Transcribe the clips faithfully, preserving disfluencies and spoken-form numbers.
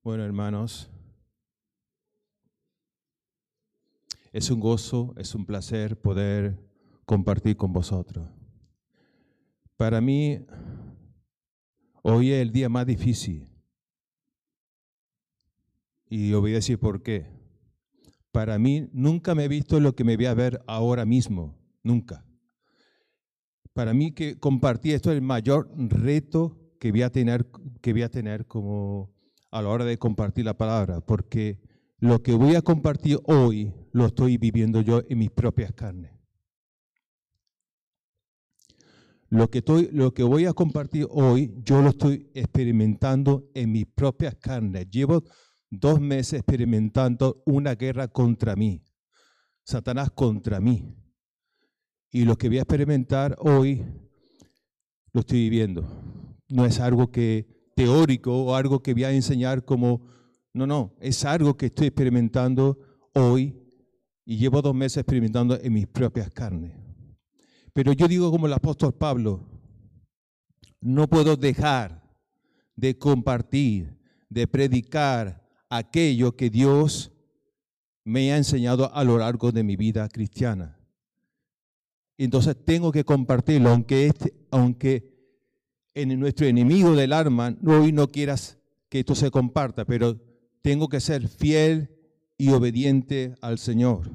Bueno, hermanos, es un gozo, es un placer poder compartir con vosotros. Para mí, hoy es el día más difícil. Y os voy a decir por qué. Para mí, nunca me he visto lo que me voy a ver ahora mismo. Nunca. Para mí, que compartir esto es el mayor reto que voy a tener, que voy a tener como a la hora de compartir la palabra. Porque lo que voy a compartir hoy lo estoy viviendo yo en mis propias carnes. Lo que, estoy, lo que voy a compartir hoy, yo lo estoy experimentando en mis propias carnes. Llevo dos meses experimentando una guerra contra mí, Satanás contra mí. Y lo que voy a experimentar hoy, lo estoy viviendo. No es algo que teórico o algo que voy a enseñar como, no, no, es algo que estoy experimentando hoy y llevo dos meses experimentando en mis propias carnes. Pero yo digo como el apóstol Pablo, no puedo dejar de compartir, de predicar aquello que Dios me ha enseñado a lo largo de mi vida cristiana. Entonces tengo que compartirlo, aunque, este, aunque en nuestro enemigo del alma hoy no quieras que esto se comparta, pero tengo que ser fiel y obediente al Señor.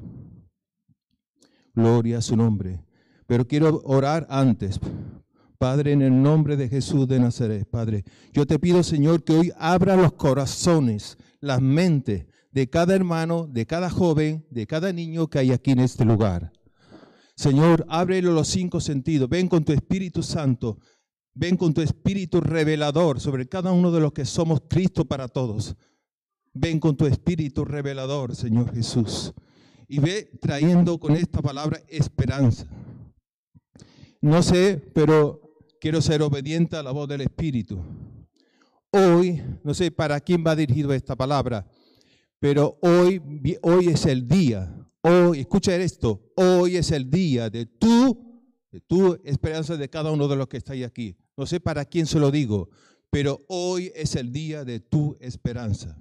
Gloria a su nombre. Pero quiero orar antes. Padre, en el nombre de Jesús de Nazaret, Padre, yo te pido, Señor, que hoy abra los corazones, las mentes de cada hermano, de cada joven, de cada niño que hay aquí en este lugar. Señor, ábrele los cinco sentidos. Ven con tu Espíritu Santo. Ven con tu Espíritu revelador sobre cada uno de los que somos Cristo para todos. Ven con tu Espíritu revelador, Señor Jesús. Y ve trayendo con esta palabra esperanza. No sé, pero quiero ser obediente a la voz del Espíritu. Hoy, no sé para quién va dirigido esta palabra, pero hoy, hoy es el día. Hoy, escucha esto, hoy es el día de tu, de tu esperanza de cada uno de los que estáis aquí. No sé para quién se lo digo, pero hoy es el día de tu esperanza.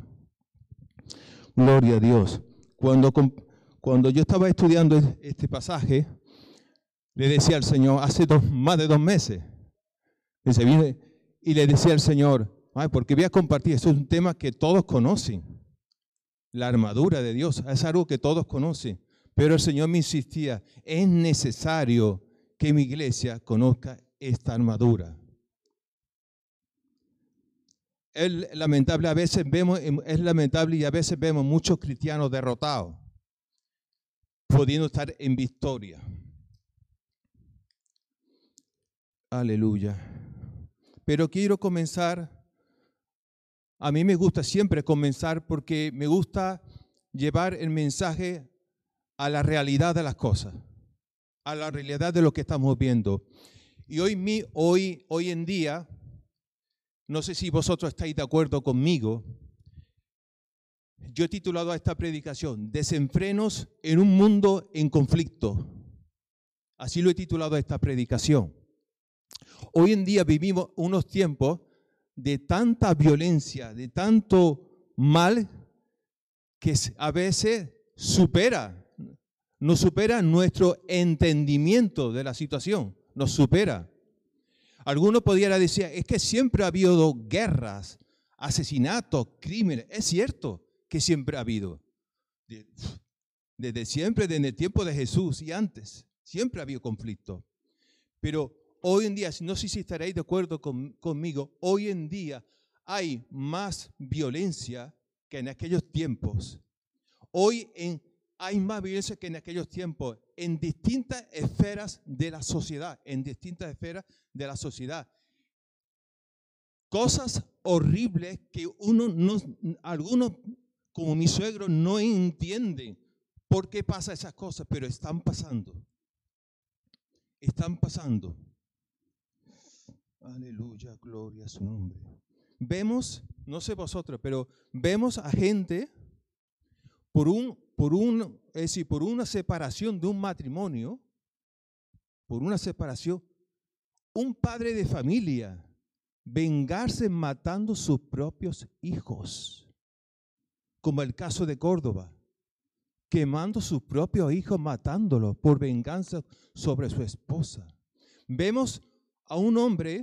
Gloria a Dios. Cuando, cuando yo estaba estudiando este pasaje, le decía al Señor, hace dos, más de dos meses, dice, viene, y le decía al Señor, ay, porque voy a compartir, esto es un tema que todos conocen, la armadura de Dios, es algo que todos conocen, pero el Señor me insistía, es necesario que mi iglesia conozca esta armadura. Es lamentable, a veces vemos, es lamentable y a veces vemos muchos cristianos derrotados, pudiendo estar en victoria. Aleluya. Pero quiero comenzar, a mí me gusta siempre comenzar porque me gusta llevar el mensaje a la realidad de las cosas, a la realidad de lo que estamos viendo. Y hoy, hoy, hoy en día, no sé si vosotros estáis de acuerdo conmigo, yo he titulado a esta predicación, Desenfrenos en un mundo en conflicto. Así lo he titulado a esta predicación. Hoy en día vivimos unos tiempos de tanta violencia, de tanto mal, que a veces supera, nos supera nuestro entendimiento de la situación, nos supera. Algunos pudieran decir, es que siempre ha habido guerras, asesinatos, crímenes. Es cierto que siempre ha habido. Desde siempre, desde el tiempo de Jesús y antes, siempre ha habido conflicto. Pero hoy en día, no sé si estaréis de acuerdo con, conmigo, hoy en día hay más violencia que en aquellos tiempos. Hoy en, hay más violencia que en aquellos tiempos en distintas esferas de la sociedad, en distintas esferas de la sociedad. Cosas horribles que uno no, algunos como mi suegro no entienden por qué pasan esas cosas, pero están pasando. Están pasando. Aleluya, gloria a su nombre. Vemos, no sé vosotros, pero vemos a gente por un, por un, es decir, por una separación de un matrimonio, por una separación, un padre de familia vengarse matando sus propios hijos. como el caso de Córdoba, quemando sus propios hijos, matándolos por venganza sobre su esposa. Vemos a un hombre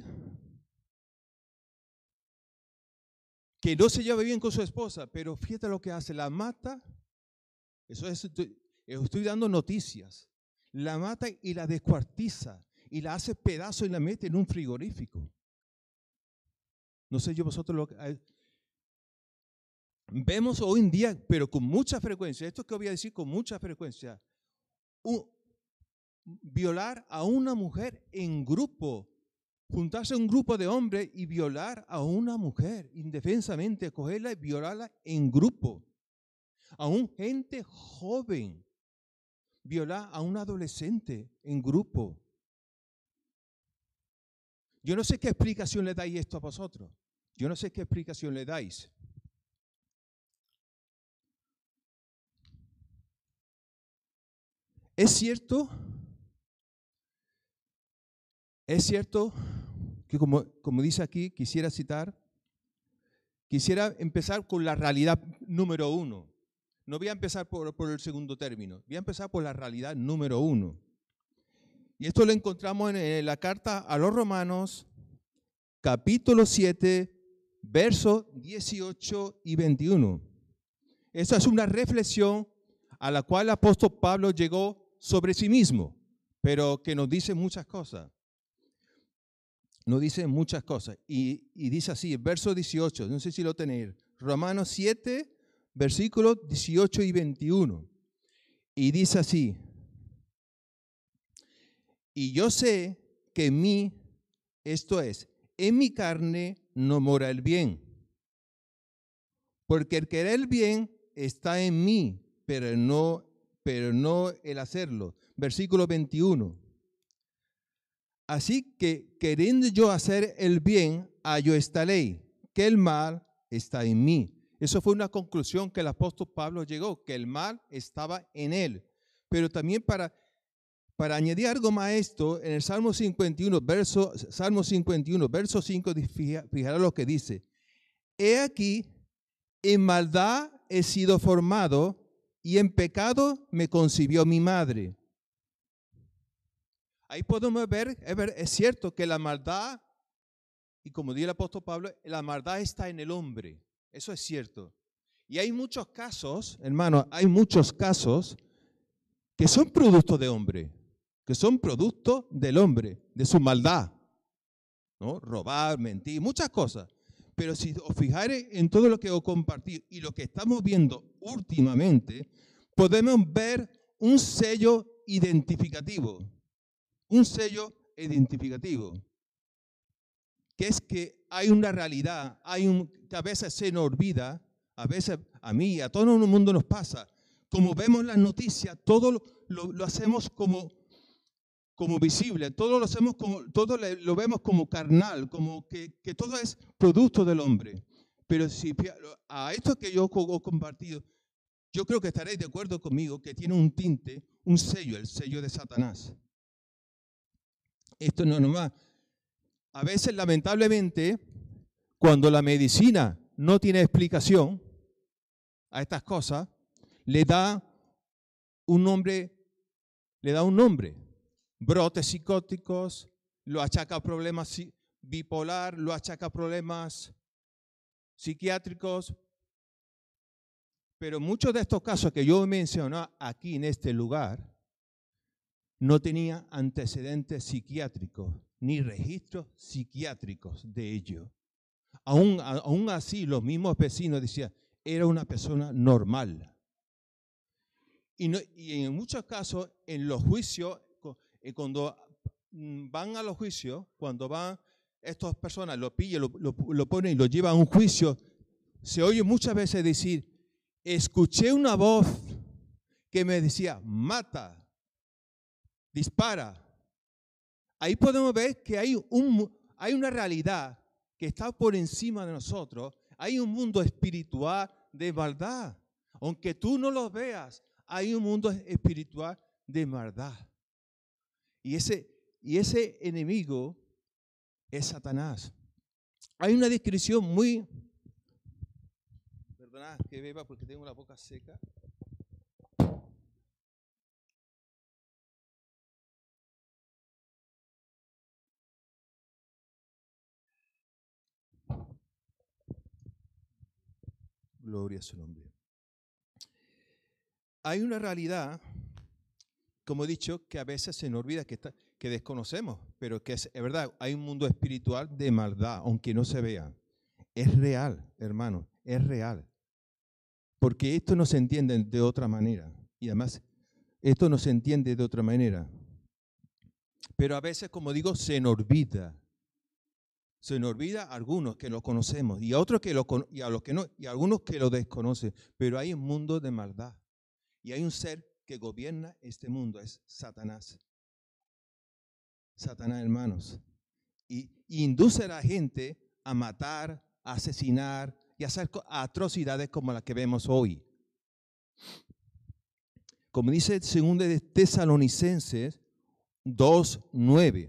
que no se lleva bien con su esposa, pero fíjate lo que hace, la mata. Eso es, estoy, estoy dando noticias. La mata y la descuartiza y la hace pedazo y la mete en un frigorífico. No sé yo vosotros lo que... Vemos hoy en día, pero con mucha frecuencia, esto que voy a decir con mucha frecuencia, un, violar a una mujer en grupo, juntarse a un grupo de hombres y violar a una mujer indefensamente, cogerla y violarla en grupo. A un gente joven, violar a un adolescente en grupo. Yo no sé qué explicación le dais esto a vosotros. Yo no sé qué explicación le dais. Es cierto, es cierto que como, como dice aquí, quisiera citar, quisiera empezar con la realidad número uno. No voy a empezar por, por el segundo término, voy a empezar por la realidad número uno. Y esto lo encontramos en, en la carta a los Romanos, capítulo siete, versos dieciocho y veintiuno. Esta es una reflexión a la cual el apóstol Pablo llegó sobre sí mismo, pero que nos dice muchas cosas. Nos dice muchas cosas. Y, y dice así, verso dieciocho, no sé si lo tenéis, Romanos siete, versículos dieciocho y veintiuno. Y dice así, y yo sé que en mí, esto es, en mi carne no mora el bien, porque el querer el bien está en mí, pero no, pero no el hacerlo. Versículo veintiuno. Así que queriendo yo hacer el bien, hallo esta ley, que el mal está en mí. Eso fue una conclusión que el apóstol Pablo llegó, que el mal estaba en él. Pero también para, para añadir algo más a esto, en el Salmo cincuenta y uno, verso, Salmo cincuenta y uno, verso cinco, fijará lo que dice. He aquí, en maldad he sido formado y en pecado me concibió mi madre. Ahí podemos ver, es cierto que la maldad, y como dice el apóstol Pablo, la maldad está en el hombre. Eso es cierto. Y hay muchos casos, hermano, hay muchos casos que son productos de hombre, que son productos del hombre, de su maldad, ¿no? Robar, mentir, muchas cosas. Pero si os fijáis en todo lo que os compartí y lo que estamos viendo últimamente, podemos ver un sello identificativo. Un sello identificativo, que es que hay una realidad, hay un, que a veces se nos olvida, a veces a mí, a todo el mundo nos pasa. Como vemos las noticias, todo lo, lo, lo hacemos como, como visible, todo lo hacemos como, todo lo vemos como carnal, como que, que todo es producto del hombre. Pero si a esto que yo he compartido, yo creo que estaréis de acuerdo conmigo que tiene un tinte, un sello, el sello de Satanás. Esto no es nomás. A veces, lamentablemente, cuando la medicina no tiene explicación a estas cosas, le da un nombre, le da un nombre. Brotes psicóticos, lo achaca a problemas bipolar, lo achaca a problemas psiquiátricos. Pero muchos de estos casos que yo mencioné aquí en este lugar no tenía antecedentes psiquiátricos ni registros psiquiátricos de ello. Aún, aún así, los mismos vecinos decían, era una persona normal. Y, no, y en muchos casos, en los juicios, cuando van a los juicios, cuando van estas personas, lo pillan, lo, lo, lo ponen y lo llevan a un juicio, se oye muchas veces decir, escuché una voz que me decía, mata, dispara. Ahí podemos ver que hay, un, hay una realidad que está por encima de nosotros. Hay un mundo espiritual de maldad. Aunque tú no lo veas, hay un mundo espiritual de maldad. Y ese, y ese enemigo es Satanás. Hay una descripción muy, Perdona que beba porque tengo la boca seca. Gloria a su nombre. Hay una realidad, como he dicho, que a veces se nos olvida, que, está, que desconocemos, pero que es, es verdad, hay un mundo espiritual de maldad, aunque no se vea. Es real, hermano, es real. Porque esto no se entiende de otra manera. Y además, esto no se entiende de otra manera. Pero a veces, como digo, se nos olvida. Se nos olvida a algunos que lo conocemos y a otros que lo y a los que no, y a algunos que lo desconocen. Pero hay un mundo de maldad. Y hay un ser que gobierna este mundo, es Satanás. Satanás, hermanos. Y, y induce a la gente a matar, a asesinar y a hacer atrocidades como las que vemos hoy. Como dice segundo de Tesalonicenses dos, nueve.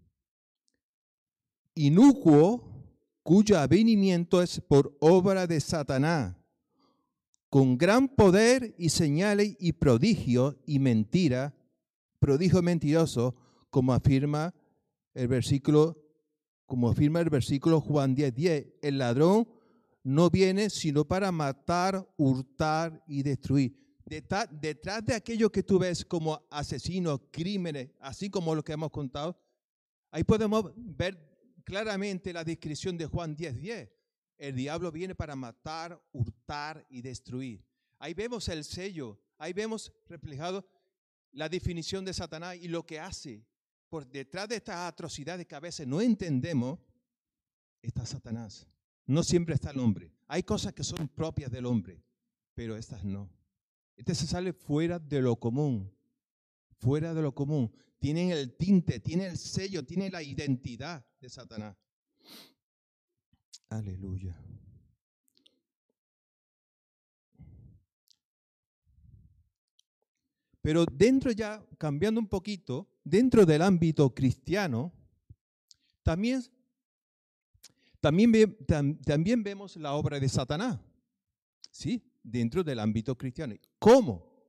Inicuo, cuyo avenimiento es por obra de Satanás, con gran poder y señales y prodigios y mentira, prodigio mentiroso, como afirma el versículo, como afirma el versículo Juan diez, diez. El ladrón no viene sino para matar, hurtar y destruir. Detrás de aquello que tú ves como asesinos, crímenes, así como lo que hemos contado, ahí podemos ver claramente la descripción de Juan diez, diez. El diablo viene para matar, hurtar y destruir. Ahí vemos el sello, ahí vemos reflejado la definición de Satanás y lo que hace. Por detrás de estas atrocidades que a veces no entendemos, está Satanás. No siempre está el hombre. Hay cosas que son propias del hombre, pero estas no. Este se sale fuera de lo común, fuera de lo común. Tienen el tinte, tiene el sello, tiene la identidad de Satanás. Aleluya. Pero dentro ya, cambiando un poquito, dentro del ámbito cristiano, también, también, ve, tam, también vemos la obra de Satanás. ¿Sí? Dentro del ámbito cristiano. ¿Cómo?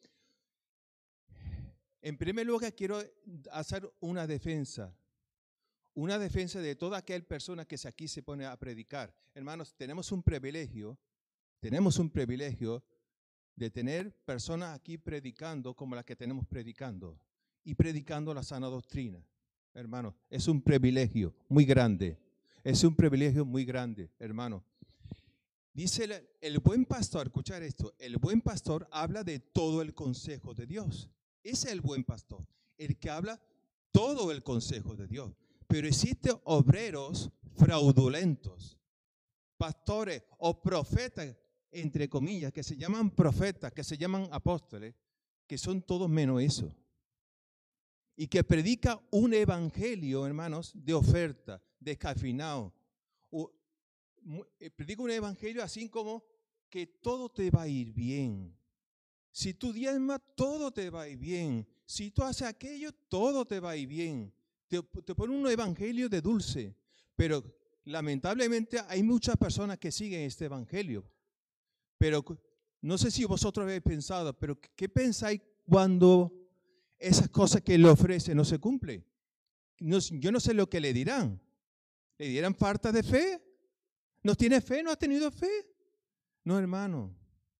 En primer lugar, quiero hacer una defensa. Una defensa de toda aquella persona que aquí se pone a predicar. Hermanos, tenemos un privilegio, tenemos un privilegio de tener personas aquí predicando como las que tenemos predicando y predicando la sana doctrina. Hermanos, es un privilegio muy grande. Es un privilegio muy grande, hermano. Dice el, el buen pastor, escuchar esto, el buen pastor habla de todo el consejo de Dios. Ese es el buen pastor, el que habla todo el consejo de Dios. Pero existen obreros fraudulentos, pastores o profetas, entre comillas, que se llaman profetas, que se llaman apóstoles, que son todos menos eso. Y que predica un evangelio, hermanos, de oferta, descafeinado. Predica un evangelio así como que todo te va a ir bien. Si tú diezmas, todo te va a ir bien. Si tú haces aquello, todo te va a ir bien. Te, te pone un evangelio de dulce. Pero lamentablemente hay muchas personas que siguen este evangelio. Pero no sé si vosotros habéis pensado, pero ¿qué pensáis cuando esas cosas que le ofrece no se cumplen? No, yo no sé lo que le dirán. ¿Le dirán falta de fe? ¿No tiene fe? ¿No has tenido fe? No, hermano.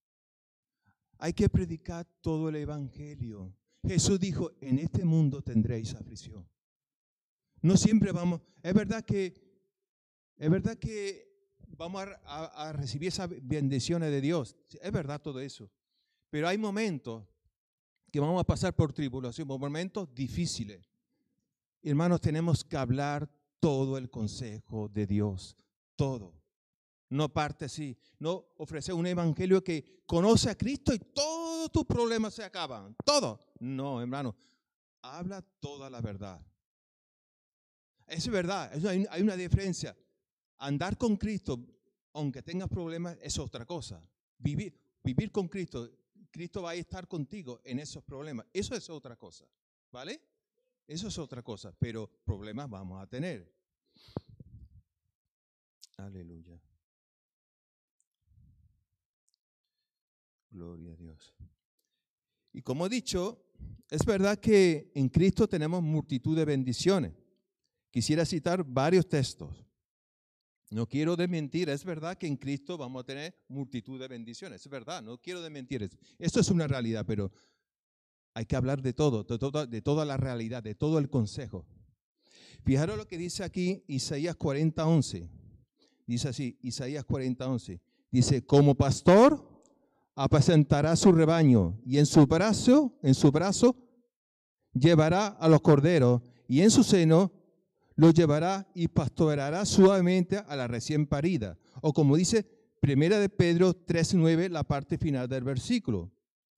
Hay que predicar todo el evangelio. Jesús dijo, en este mundo tendréis aflicción. No siempre vamos, es verdad que, es verdad que vamos a, a, a recibir esas bendiciones de Dios. Es verdad todo eso. Pero hay momentos que vamos a pasar por tribulación, por momentos difíciles. Hermanos, tenemos que hablar todo el consejo de Dios. Todo. No parte así, no ofrecer un evangelio que conoce a Cristo y todos tus problemas se acaban, todo. No, hermano, habla toda la verdad. Es verdad, hay una diferencia. Andar con Cristo, aunque tengas problemas, es otra cosa. Vivir, vivir con Cristo, Cristo va a estar contigo en esos problemas. Eso es otra cosa, ¿vale? Eso es otra cosa, pero problemas vamos a tener. Aleluya. Gloria a Dios. Y como he dicho, es verdad que en Cristo tenemos multitud de bendiciones. Quisiera citar varios textos. No quiero desmentir, es verdad que en Cristo vamos a tener multitud de bendiciones. Es verdad, no quiero desmentir eso. Esto es una realidad, pero hay que hablar de todo, de, todo, de toda la realidad, de todo el consejo. Fijaros lo que dice aquí Isaías cuarenta, once. Dice así, Isaías cuarenta, once. Dice, como pastor apacentará su rebaño y en su brazo, en su brazo llevará a los corderos y en su seno los llevará y pastoreará suavemente a la recién parida. O como dice Primera de Pedro tres, nueve, la parte final del versículo,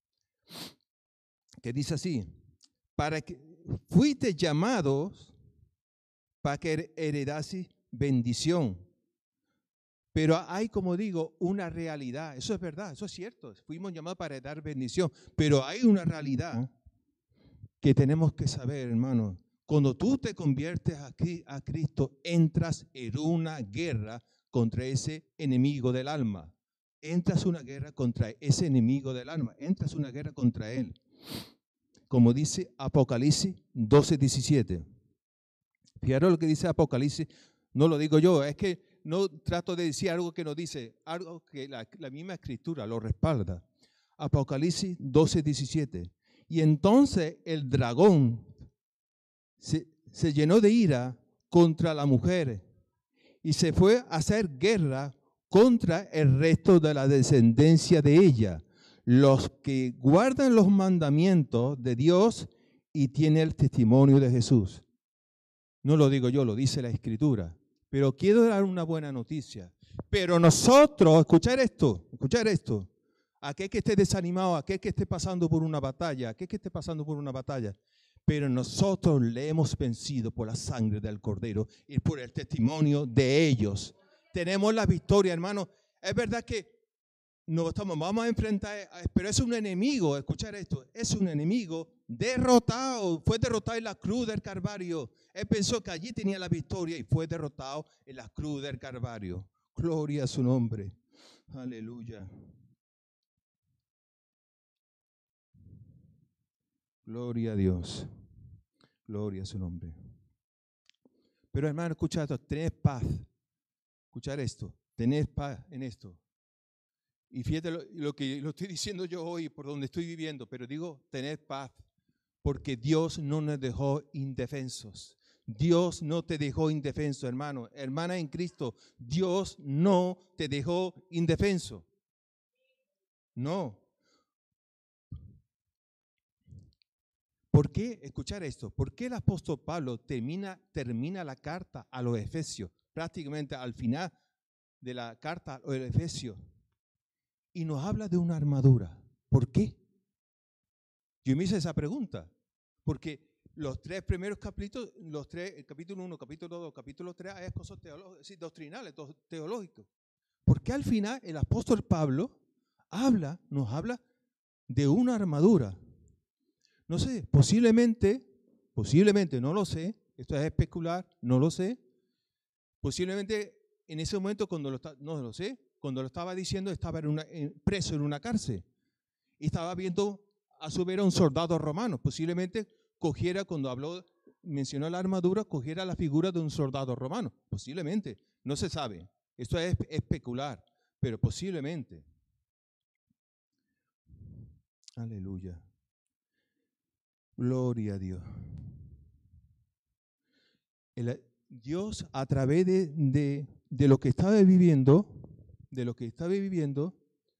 que dice así, para que fuiste llamados para que heredase bendición. Pero hay, como digo, una realidad. Eso es verdad, eso es cierto. Fuimos llamados para heredar bendición. Pero hay una realidad que tenemos que saber, hermano. Cuando tú te conviertes aquí a Cristo, entras en una guerra contra ese enemigo del alma. Entras en una guerra contra ese enemigo del alma. Entras en una guerra contra él. Como dice Apocalipsis doce, diecisiete. Fíjate lo que dice Apocalipsis. No lo digo yo, es que no trato de decir algo que no dice, algo que la, la misma escritura lo respalda. Apocalipsis doce, diecisiete. Y entonces el dragón se, se llenó de ira contra la mujer y se fue a hacer guerra contra el resto de la descendencia de ella, los que guardan los mandamientos de Dios y tienen el testimonio de Jesús. No lo digo yo, lo dice la Escritura. Pero quiero dar una buena noticia. Pero nosotros, escuchar esto, escuchar esto, aquel que esté desanimado, aquel que esté pasando por una batalla, aquel que esté pasando por una batalla, pero nosotros le hemos vencido por la sangre del Cordero y por el testimonio de ellos. Tenemos la victoria, hermano. Es verdad que nos estamos, vamos a enfrentar, pero es un enemigo, escuchar esto, es un enemigo derrotado, fue derrotado en la cruz del Calvario. Él pensó que allí tenía la victoria y fue derrotado en la cruz del Calvario. Gloria a su nombre. Aleluya. Gloria a Dios. Gloria a su nombre. Pero hermano, escucha esto, tened paz. Escuchar esto, tened paz en esto. Y fíjate lo, lo que lo estoy diciendo yo hoy por donde estoy viviendo, pero digo, tened paz, porque Dios no nos dejó indefensos. Dios no te dejó indefenso, hermano. Hermana en Cristo, Dios no te dejó indefenso. No. ¿Por qué? Escuchar esto. ¿Por qué el apóstol Pablo termina, termina la carta a los Efesios? Prácticamente al final de la carta a los Efesios. Y nos habla de una armadura. ¿Por qué? Yo me hice esa pregunta. Porque los tres primeros capítulos, los tres, el capítulo uno, capítulo dos, capítulo tres, hay cosas sí, doctrinales, teológicas. ¿Por qué al final el apóstol Pablo habla, nos habla de una armadura? No sé, posiblemente, posiblemente, no lo sé, esto es especular, no lo sé. Posiblemente en ese momento, cuando lo, no lo sé, cuando lo estaba diciendo, estaba en una, en, preso en una cárcel y estaba viendo a su vez a un soldado romano. Posiblemente cogiera, cuando habló, mencionó la armadura, cogiera la figura de un soldado romano. Posiblemente, no se sabe. Esto es especular, pero posiblemente. Aleluya. Gloria a Dios. El, Dios a través de, de, de lo que estaba viviendo, de lo que estaba viviendo,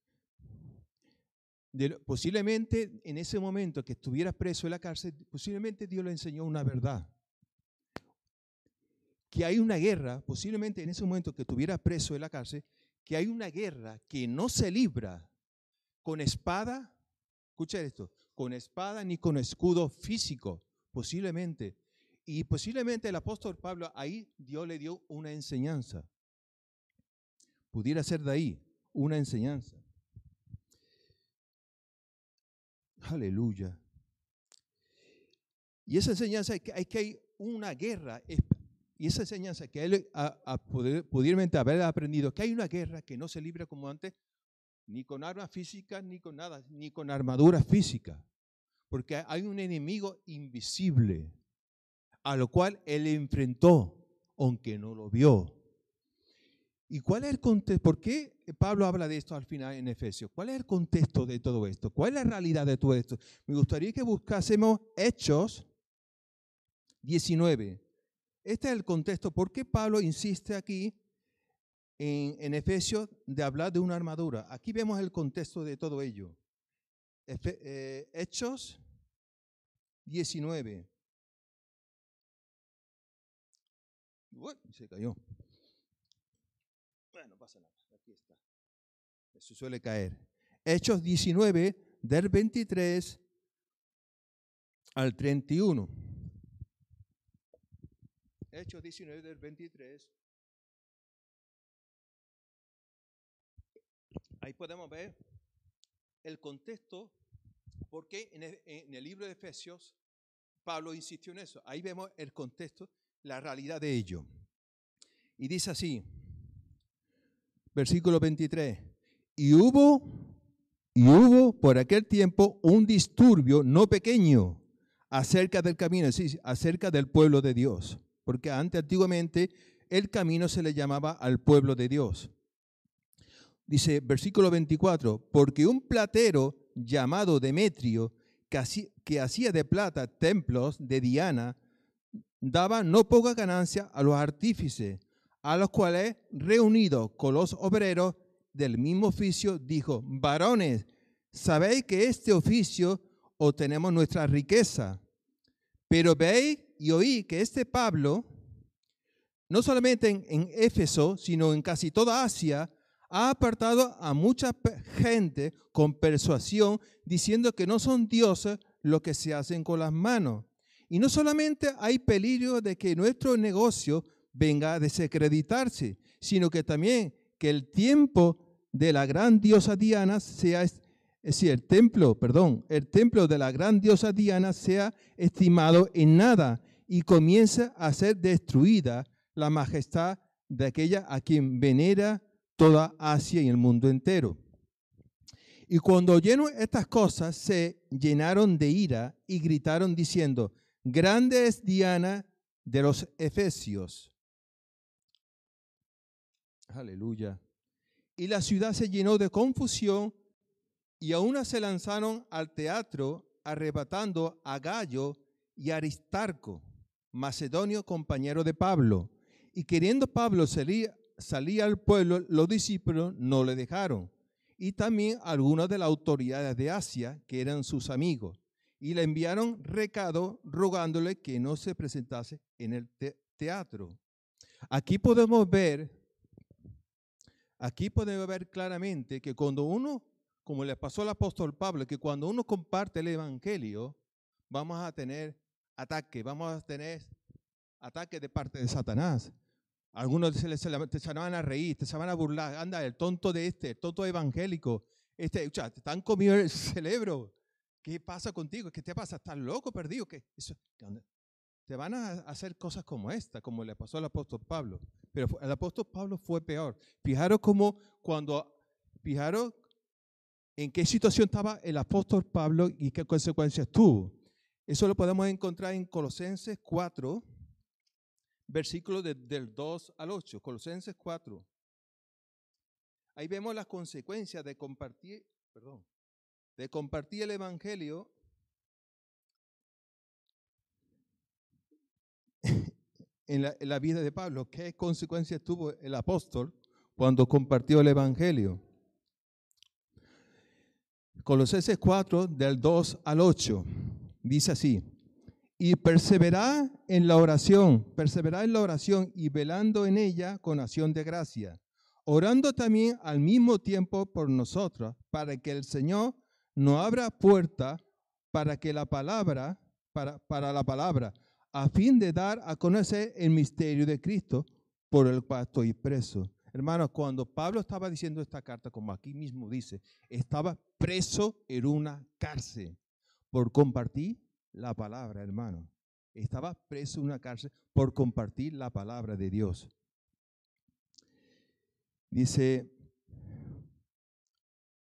de, posiblemente en ese momento que estuviera preso en la cárcel, posiblemente Dios le enseñó una verdad. Que hay una guerra, posiblemente en ese momento que estuviera preso en la cárcel, que hay una guerra que no se libra con espada, escucha esto, con espada ni con escudo físico, posiblemente. Y posiblemente el apóstol Pablo, ahí Dios le dio una enseñanza. Pudiera ser de ahí una enseñanza. Aleluya. Y esa enseñanza es que hay, que hay una guerra, y esa enseñanza que él a, a poder, pudieramente haber aprendido, que hay una guerra que no se libra como antes ni con armas físicas, ni con nada, ni con armadura física. Porque hay un enemigo invisible a lo cual él enfrentó, aunque no lo vio. ¿Y cuál es el contexto? ¿Por qué Pablo habla de esto al final en Efesios? ¿Cuál es el contexto de todo esto? ¿Cuál es la realidad de todo esto? Me gustaría que buscásemos Hechos diecinueve. Este es el contexto. ¿Por qué Pablo insiste aquí en, en Efesios de hablar de una armadura? Aquí vemos el contexto de todo ello. Efe, eh, Hechos diecinueve. Uy, se cayó. Bueno, no pasa nada. Aquí está. Eso suele caer. Hechos diecinueve, del veintitrés al treinta y uno. Hechos diecinueve, del veintitrés. Ahí podemos ver el contexto, porque en el, en el libro de Efesios, Pablo insistió en eso. Ahí vemos el contexto, la realidad de ello. Y dice así, versículo veintitrés. Y hubo, y hubo por aquel tiempo un disturbio no pequeño acerca del camino, sí, acerca del pueblo de Dios. Porque antes, antiguamente, el camino se le llamaba al pueblo de Dios. Dice, versículo veinticuatro, porque un platero llamado Demetrio, que hacía, que hacía de plata templos de Diana, daba no poca ganancia a los artífices, a los cuales, reunidos con los obreros del mismo oficio, dijo, varones, sabéis que este oficio obtenemos nuestra riqueza, pero veis y oí que este Pablo, no solamente en, en Éfeso, sino en casi toda Asia, ha apartado a mucha gente con persuasión, diciendo que no son dioses los que se hacen con las manos. Y no solamente hay peligro de que nuestro negocio venga a desacreditarse, sino que también que el tiempo de la gran diosa Diana sea, es decir, el templo, perdón, el templo de la gran diosa Diana sea estimado en nada y comience a ser destruida la majestad de aquella a quien venera toda Asia y el mundo entero. Y cuando oyeron estas cosas, se llenaron de ira y gritaron diciendo, grande es Diana de los Efesios. Aleluya. Y la ciudad se llenó de confusión y aún se lanzaron al teatro arrebatando a Gallo y Aristarco, macedonio compañero de Pablo. Y queriendo Pablo salir, salir al pueblo, los discípulos no le dejaron. Y también algunas de las autoridades de Asia, que eran sus amigos, y le enviaron recado rogándole que no se presentase en el te teatro. Aquí podemos ver, aquí podemos ver claramente que cuando uno, como le pasó al apóstol Pablo, que cuando uno comparte el evangelio, vamos a tener ataque, vamos a tener ataque de parte de Satanás. Algunos se, les, se, se van a reír, se van a burlar. Anda, el tonto de este, el tonto evangélico. Este, o sea, te han comido el cerebro. ¿Qué pasa contigo? ¿Qué te pasa? ¿Estás loco, perdido? ¿Qué? Eso, te van a hacer cosas como esta, como le pasó al apóstol Pablo. Pero el apóstol Pablo fue peor. Fijaros cómo cuando, fijaros en qué situación estaba el apóstol Pablo y qué consecuencias tuvo. Eso lo podemos encontrar en Colosenses cuatro, versículos de, del dos al ocho. Colosenses cuatro. Ahí vemos las consecuencias de compartir, perdón, de compartir el evangelio en la, en la vida de Pablo. ¿Qué consecuencias tuvo el apóstol cuando compartió el evangelio? Colosenses cuatro, del dos al ocho, dice así, y perseverar en la oración, perseverar en la oración y velando en ella con acción de gracia, orando también al mismo tiempo por nosotros, para que el Señor nos abra puerta para que la palabra, para, para la palabra, a fin de dar a conocer el misterio de Cristo, por el cual estoy preso. Hermanos, cuando Pablo estaba diciendo esta carta, como aquí mismo dice, estaba preso en una cárcel por compartir la palabra, hermano. Estaba preso en una cárcel por compartir la palabra de Dios. Dice,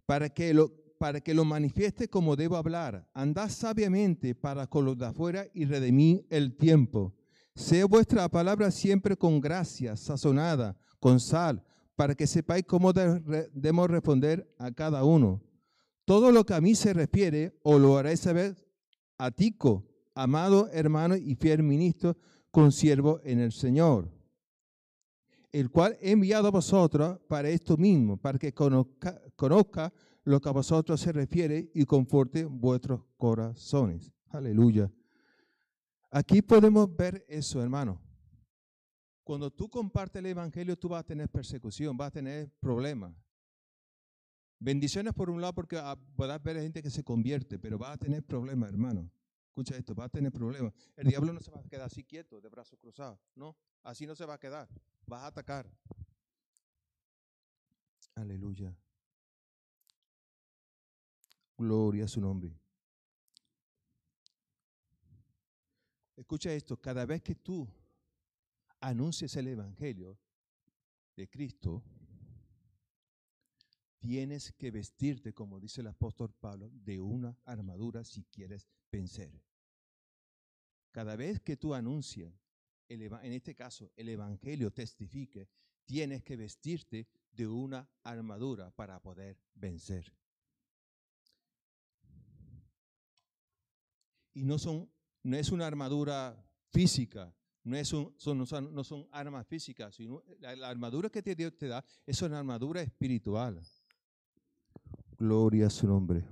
para que lo, para que lo manifieste como debo hablar. Andad sabiamente para con los de afuera y redimid el tiempo. Sea vuestra palabra siempre con gracia, sazonada, con sal, para que sepáis cómo debemos responder a cada uno. Todo lo que a mí se refiere, os lo haré saber a Tico, amado hermano y fiel ministro, consiervo en el Señor, el cual he enviado a vosotros para esto mismo, para que conozca, conozca lo que a vosotros se refiere y conforte vuestros corazones. Aleluya. Aquí podemos ver eso, hermano. Cuando tú compartes el evangelio, tú vas a tener persecución, vas a tener problemas. Bendiciones por un lado porque podrás ver gente que se convierte, pero vas a tener problemas, hermano. Escucha esto, vas a tener problemas. El diablo no se va a quedar así quieto, de brazos cruzados. No, así no se va a quedar. Vas a atacar. Aleluya. Gloria a su nombre. Escucha esto, cada vez que tú anuncias el evangelio de Cristo, tienes que vestirte, como dice el apóstol Pablo, de una armadura si quieres vencer. Cada vez que tú anuncias, el, en este caso, el evangelio testifique, tienes que vestirte de una armadura para poder vencer. Y no, son, no es una armadura física, no, es un, son, no, son, no son armas físicas, sino la, la armadura que Dios te da es una armadura espiritual. Gloria a su nombre.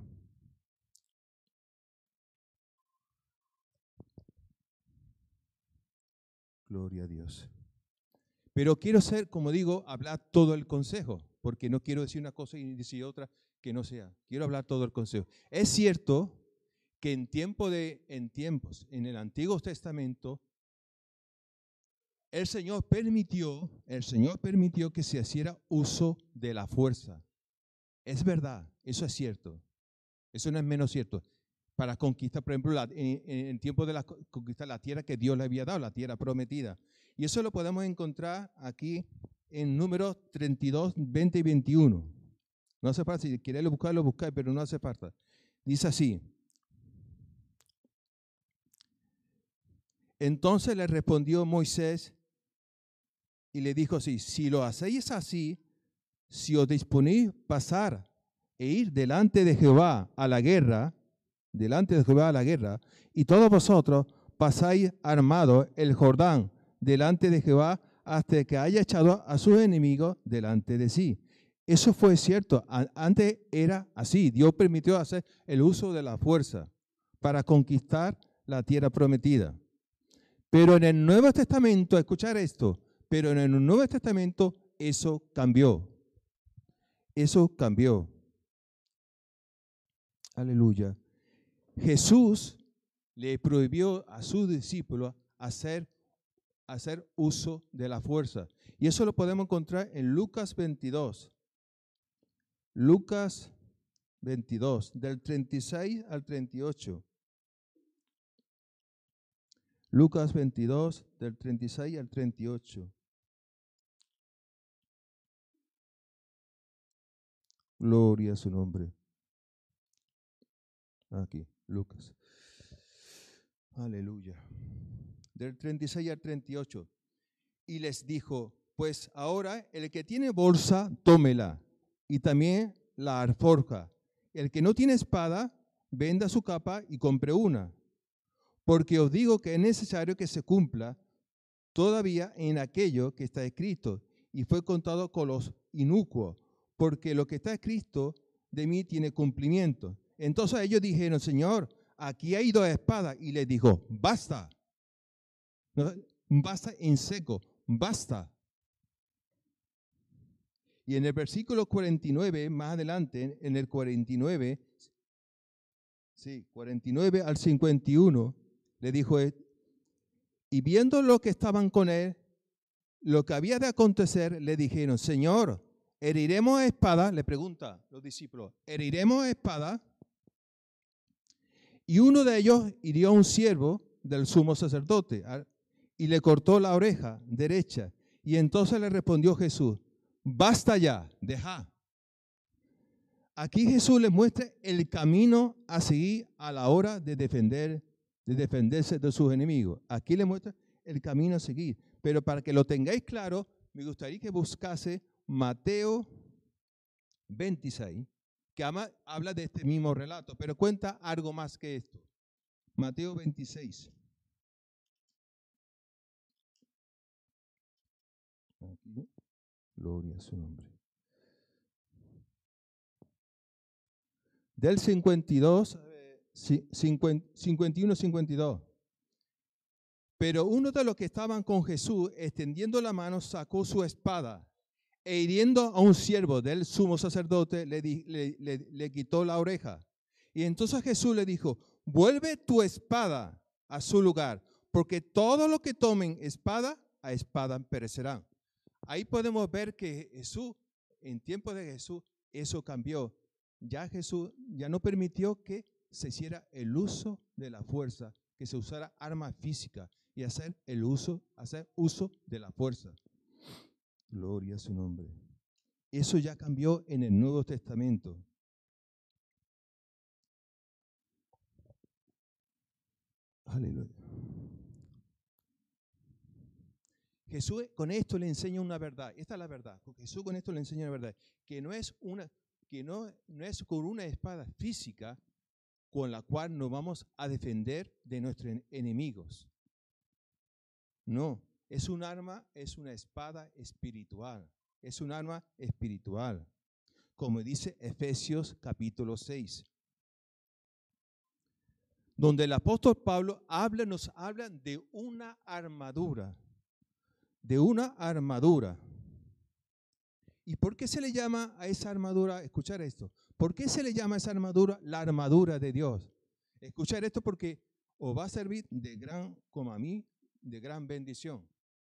Gloria a Dios. Pero quiero ser, como digo, hablar todo el consejo, porque no quiero decir una cosa y decir otra que no sea. Quiero hablar todo el consejo. Es cierto que en, tiempo de, en tiempos, en el Antiguo Testamento, el Señor permitió, el Señor permitió que se hiciera uso de la fuerza. Es verdad, eso es cierto. Eso no es menos cierto. Para conquistar, por ejemplo, la, en, en el tiempo de la, conquistar la tierra que Dios le había dado, la tierra prometida. Y eso lo podemos encontrar aquí en Números treinta y dos, veinte y veintiuno. No hace falta, si queréis buscarlo, buscáis, pero no hace falta. Dice así. Entonces le respondió Moisés y le dijo así, si lo hacéis así, si os disponéis pasar e ir delante de Jehová a la guerra, delante de Jehová a la guerra, y todos vosotros pasáis armados el Jordán delante de Jehová hasta que haya echado a sus enemigos delante de sí. Eso fue cierto. Antes era así. Dios permitió hacer el uso de la fuerza para conquistar la tierra prometida. Pero en el Nuevo Testamento, escuchar esto, pero en el Nuevo Testamento eso cambió. Eso cambió. Aleluya. Jesús le prohibió a sus discípulos hacer, hacer uso de la fuerza. Y eso lo podemos encontrar en Lucas veintidós. Lucas veintidós, del treinta y seis al treinta y ocho. Lucas veintidós, del treinta y seis al treinta y ocho. Gloria a su nombre. Aquí, Lucas. Aleluya. Del treinta y seis al treinta y ocho. Y les dijo, pues ahora el que tiene bolsa, tómela, y también la alforja. El que no tiene espada, venda su capa y compre una. Porque os digo que es necesario que se cumpla todavía en aquello que está escrito, y fue contado con los inicuos, porque lo que está escrito de mí tiene cumplimiento. Entonces ellos dijeron, Señor, aquí hay dos espadas. Y les dijo, basta. Basta en seco, basta. Y en el versículo cuarenta y nueve, más adelante, en el cuarenta y nueve, sí, cuarenta y nueve al cincuenta y uno, le dijo, y viendo lo que estaban con él, lo que había de acontecer, le dijeron, Señor, ¿heriremos a espada? Le pregunta los discípulos, ¿heriremos a espada? Y uno de ellos hirió a un siervo del sumo sacerdote y le cortó la oreja derecha. Y entonces le respondió Jesús, basta ya, deja. Aquí Jesús les muestra el camino a seguir a la hora de defender, de defenderse de sus enemigos. Aquí les muestra el camino a seguir. Pero para que lo tengáis claro, me gustaría que buscase Mateo veintiséis, que habla de este mismo relato, pero cuenta algo más que esto. Mateo veintiséis. Aquí. Gloria a su nombre. Del cincuenta y dos, cincuenta y uno, cincuenta y dos. Pero uno de los que estaban con Jesús, extendiendo la mano, sacó su espada e hiriendo a un siervo del sumo sacerdote, le, le, le, le quitó la oreja. Y entonces Jesús le dijo, vuelve tu espada a su lugar, porque todo lo que tomen espada, a espada perecerán. Ahí podemos ver que Jesús, en tiempo de Jesús, eso cambió. Ya Jesús ya no permitió que se hiciera el uso de la fuerza, que se usara arma física y hacer el uso, hacer uso de la fuerza. Gloria a su nombre. Eso ya cambió en el Nuevo Testamento. Aleluya. Jesús con esto le enseña una verdad. Esta es la verdad. Porque Jesús con esto le enseña una verdad. Que no es una, que no, no es con una espada física con la cual nos vamos a defender de nuestros enemigos. No, es un arma, es una espada espiritual. Es un arma espiritual. Como dice Efesios capítulo seis. Donde el apóstol Pablo habla, nos habla de una armadura. De una armadura. ¿Y por qué se le llama a esa armadura? Escuchar esto. ¿Por qué se le llama a esa armadura la armadura de Dios? Escuchar esto porque os va a servir de gran, como a mí, de gran bendición.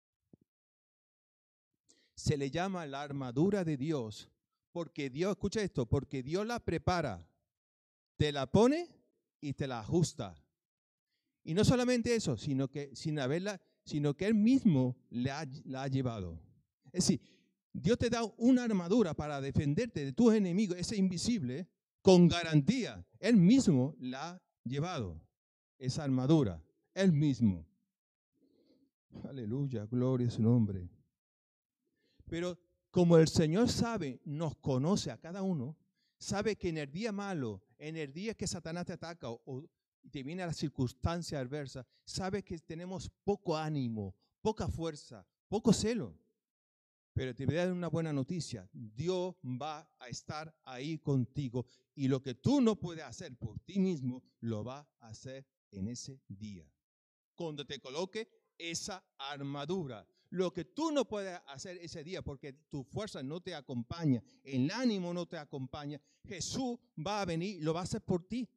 Se le llama la armadura de Dios porque Dios, escucha esto, porque Dios la prepara, te la pone y te la ajusta. Y no solamente eso, sino que sin haberla, sino que Él mismo la, la ha llevado. Es decir, Dios te da una armadura para defenderte de tus enemigos, ese invisible, con garantía. Él mismo la ha llevado, esa armadura, Él mismo. Aleluya, gloria a su nombre. Pero como el Señor sabe, nos conoce a cada uno, sabe que en el día malo, en el día que Satanás te ataca o, o te viene a la circunstancia adversa, sabe que tenemos poco ánimo, poca fuerza, poco celo. Pero te voy a dar una buena noticia. Dios va a estar ahí contigo y lo que tú no puedes hacer por ti mismo, lo va a hacer en ese día. Cuando te coloque esa armadura. Lo que tú no puedes hacer ese día porque tu fuerza no te acompaña, el ánimo no te acompaña, Jesús va a venir y lo va a hacer por ti.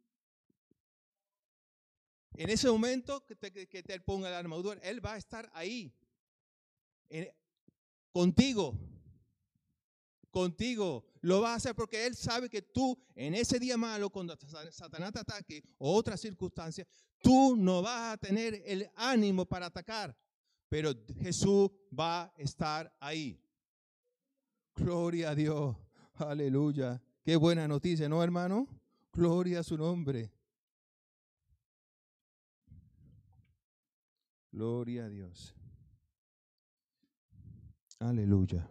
En ese momento que te, que te ponga la armadura, Él va a estar ahí. En, Contigo, contigo, lo va a hacer porque Él sabe que tú en ese día malo, cuando Satanás te ataque o otra circunstancia, tú no vas a tener el ánimo para atacar, pero Jesús va a estar ahí. Gloria a Dios, aleluya. Qué buena noticia, ¿no, hermano? Gloria a su nombre. Gloria a Dios. Aleluya.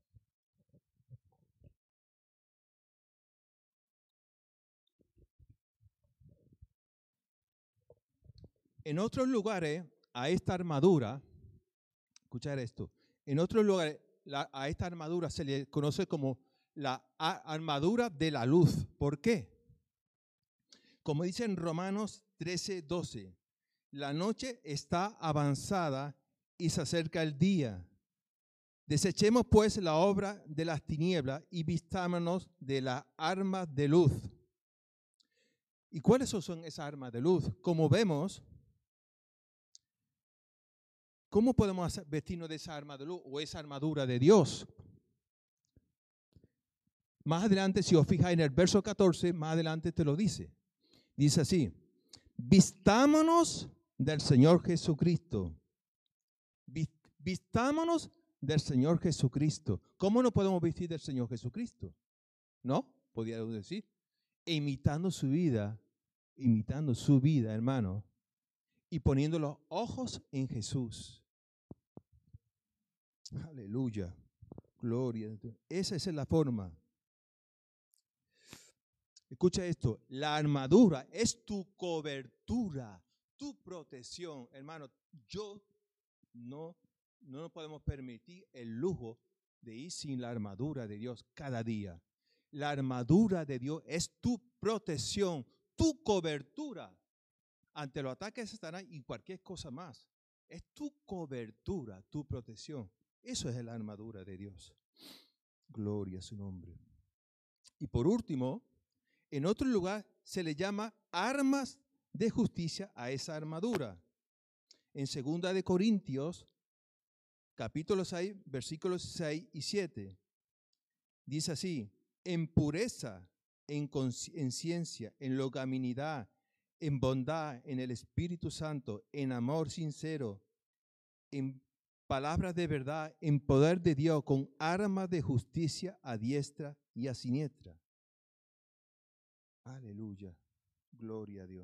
En otros lugares, a esta armadura, escuchar esto, en otros lugares la, a esta armadura se le conoce como la armadura de la luz. ¿Por qué? Como dice en Romanos trece, doce, la noche está avanzada y se acerca el día. Desechemos pues la obra de las tinieblas y vistámonos de las armas de luz. ¿Y cuáles son esas armas de luz? Como vemos, ¿cómo podemos hacer, vestirnos de esa arma de luz o esa armadura de Dios? Más adelante, si os fijáis en el verso catorce, más adelante te lo dice. Dice así, vistámonos del Señor Jesucristo. Vistámonos del Señor Jesucristo. ¿Cómo no podemos vestir del Señor Jesucristo? ¿No? podría decir, imitando su vida, imitando su vida, hermano, y poniendo los ojos en Jesús. Aleluya, gloria. Esa es la forma. Escucha esto, la armadura es tu cobertura, tu protección. Hermano, yo no, no nos podemos permitir el lujo de ir sin la armadura de Dios cada día. La armadura de Dios es tu protección, tu cobertura ante los ataques de Satanás y cualquier cosa más. Es tu cobertura, tu protección. Eso es la armadura de Dios. Gloria a su nombre. Y por último, en otro lugar se le llama armas de justicia a esa armadura. En segunda de Corintios, capítulo seis, versículos seis y siete, dice así: en pureza, en, en ciencia, en longanimidad, en bondad, en el Espíritu Santo, en amor sincero, en palabras de verdad, en poder de Dios, con armas de justicia a diestra y a siniestra. Aleluya, gloria a Dios.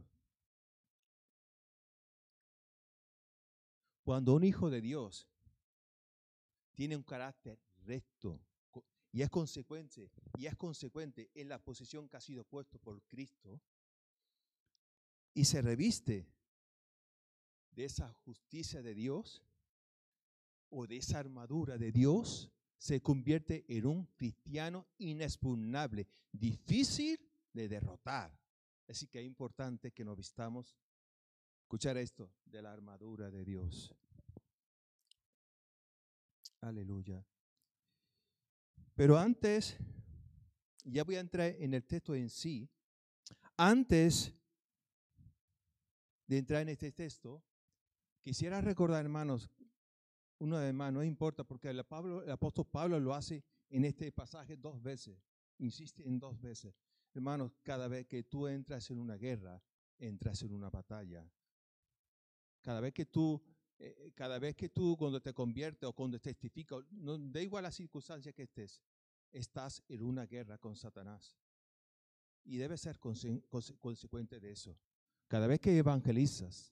Cuando un hijo de Dios tiene un carácter recto y es consecuente, y es consecuente en la posición que ha sido puesto por Cristo y se reviste de esa justicia de Dios o de esa armadura de Dios, se convierte en un cristiano inexpugnable, difícil de derrotar. Así que es importante que nos vistamos, escuchar esto, de la armadura de Dios. Aleluya. Pero antes, ya voy a entrar en el texto en sí, antes de entrar en este texto, quisiera recordar, hermanos, una vez más, no importa, porque el, Pablo, el apóstol Pablo lo hace en este pasaje dos veces, insiste en dos veces. Hermanos, cada vez que tú entras en una guerra, entras en una batalla. Cada vez que tú, eh, cada vez que tú cuando te conviertes o cuando testificas, no da igual la circunstancia que estés, estás en una guerra con Satanás. Y debes ser conse conse consecuente de eso. Cada vez que evangelizas,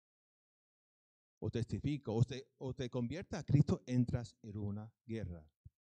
o testificas, o te, o te conviertes a Cristo, entras en una guerra.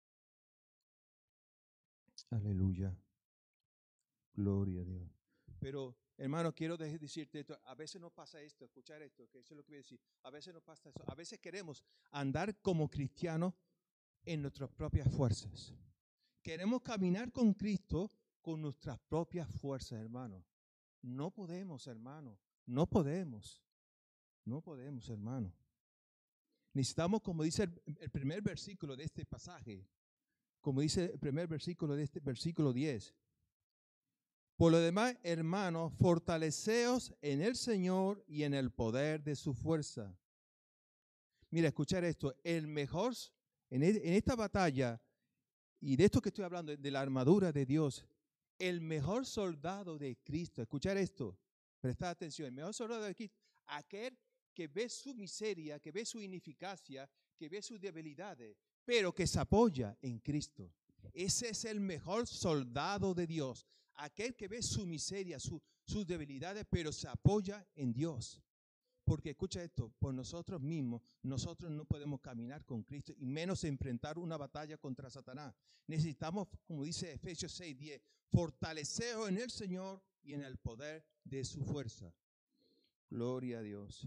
Aleluya. Gloria a Dios. Pero, hermano, quiero decirte esto. A veces nos pasa esto, escuchar esto, que eso es lo que voy a decir. A veces nos pasa eso. A veces queremos andar como cristianos en nuestras propias fuerzas. Queremos caminar con Cristo con nuestras propias fuerzas, hermano. No podemos, hermano. No podemos. No podemos, hermano. Necesitamos, como dice el, el primer versículo de este pasaje, como dice el primer versículo de este versículo diez. Por lo demás, hermanos, fortaleceos en el Señor y en el poder de su fuerza. Mira, escuchar esto. El mejor, en, en esta batalla, y de esto que estoy hablando, de la armadura de Dios, el mejor soldado de Cristo, escuchar esto, prestad atención, el mejor soldado de Cristo, aquel que ve su miseria, que ve su ineficacia, que ve sus debilidades, pero que se apoya en Cristo. Ese es el mejor soldado de Dios, aquel que ve su miseria, su, sus debilidades, pero se apoya en Dios. Porque escucha esto, por nosotros mismos, nosotros no podemos caminar con Cristo y menos enfrentar una batalla contra Satanás. Necesitamos, como dice Efesios seis diez, fortaleceos en el Señor y en el poder de su fuerza. Gloria a Dios.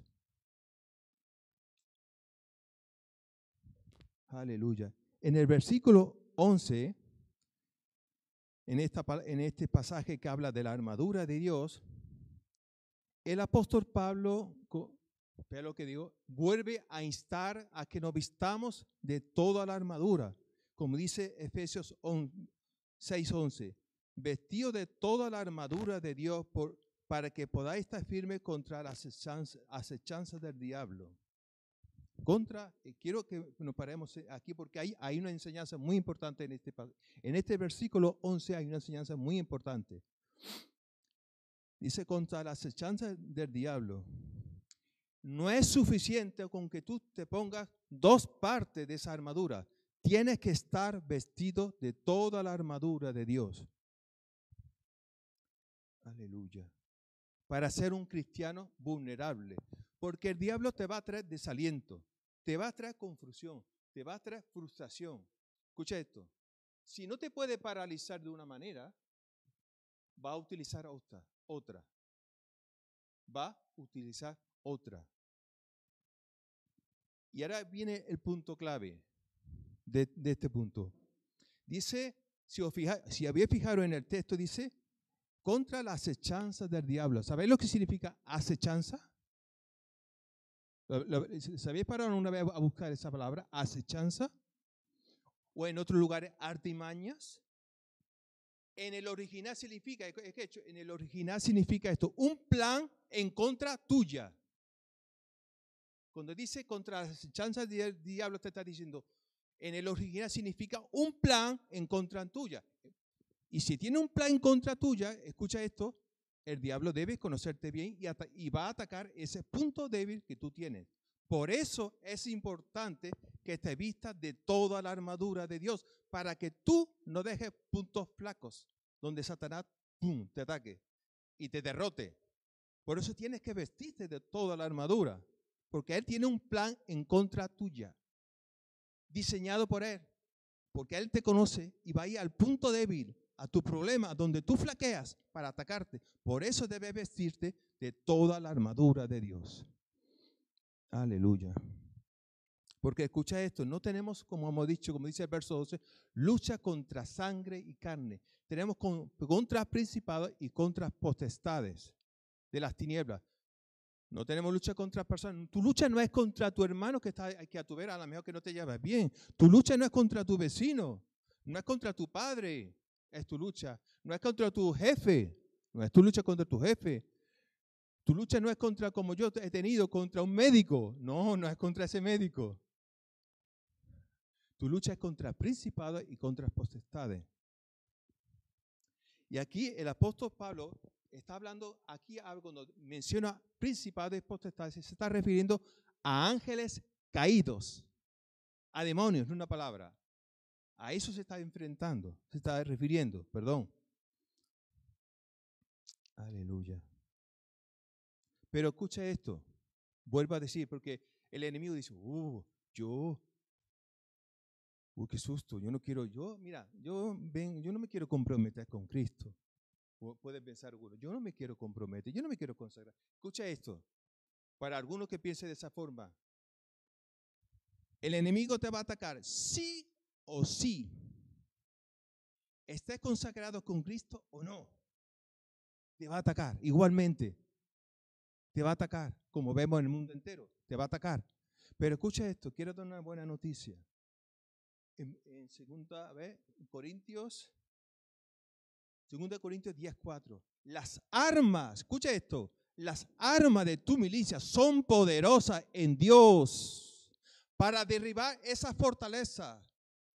Aleluya. En el versículo once, en, esta, en este pasaje que habla de la armadura de Dios, el apóstol Pablo, vea lo que digo, vuelve a instar a que nos vistamos de toda la armadura. Como dice Efesios seis once, vestidos de toda la armadura de Dios por, para que podáis estar firmes contra las acechanzas, acechanzas del diablo. Contra, eh, quiero que nos paremos aquí porque hay, hay una enseñanza muy importante en este, en este versículo once, hay una enseñanza muy importante. Dice, contra las acechanzas del diablo. No es suficiente con que tú te pongas dos partes de esa armadura. Tienes que estar vestido de toda la armadura de Dios. Aleluya. Para ser un cristiano vulnerable. Porque el diablo te va a traer desaliento, te va a traer confusión, te va a traer frustración. Escucha esto. Si no te puede paralizar de una manera, va a utilizar otra. otra. Va a utilizar otra. Y ahora viene el punto clave de, de este punto. Dice, si, os fija, si habéis fijado en el texto, dice, contra la acechanza del diablo. ¿Sabéis lo que significa acechanza? ¿Sabéis parado una vez a buscar esa palabra, acechanza? O en otros lugares, artimañas. En el original significa, es que en el original significa esto, un plan en contra tuya. Cuando dice contra la acechanza del diablo, te está diciendo, en el original significa un plan en contra tuya. Y si tiene un plan en contra tuya, escucha esto, el diablo debe conocerte bien y, y va a atacar ese punto débil que tú tienes. Por eso es importante que te vistas de toda la armadura de Dios, para que tú no dejes puntos flacos donde Satanás pum, te ataque y te derrote. Por eso tienes que vestirte de toda la armadura, porque Él tiene un plan en contra tuya, diseñado por Él, porque Él te conoce y va a ir al punto débil, a tu problema, donde tú flaqueas para atacarte. Por eso debes vestirte de toda la armadura de Dios. Aleluya. Porque escucha esto, no tenemos, como hemos dicho, como dice el verso doce, lucha contra sangre y carne. Tenemos con, contra principados y contra potestades de las tinieblas. No tenemos lucha contra personas. Tu lucha no es contra tu hermano que está aquí a tu vera, a lo mejor que no te llevas bien. Tu lucha no es contra tu vecino, no es contra tu padre, es tu lucha. No es contra tu jefe, no es tu lucha contra tu jefe. Tu lucha no es contra, como yo he tenido, contra un médico. No, no es contra ese médico. Tu lucha es contra principados y contra potestades. Y aquí el apóstol Pablo está hablando, aquí cuando menciona principados y potestades, se está refiriendo a ángeles caídos, a demonios, no una palabra. A eso se está enfrentando, se está refiriendo, perdón. Aleluya. Pero escucha esto, vuelvo a decir, porque el enemigo dice, uh, yo, uh, qué susto, yo no quiero, yo, mira, yo, ven, yo no me quiero comprometer con Cristo. Pueden pensar algunos, yo no me quiero comprometer, yo no me quiero consagrar. Escucha esto, para algunos que piensen de esa forma, el enemigo te va a atacar sí o sí, estés consagrado con Cristo o no, te va a atacar igualmente. Te va a atacar, como vemos en el mundo entero, te va a atacar. Pero escucha esto, quiero dar una buena noticia. En, en segunda, a ver, Corintios, segunda Corintios diez, cuatro. Las armas, escucha esto, las armas de tu milicia son poderosas en Dios para derribar esa fortaleza.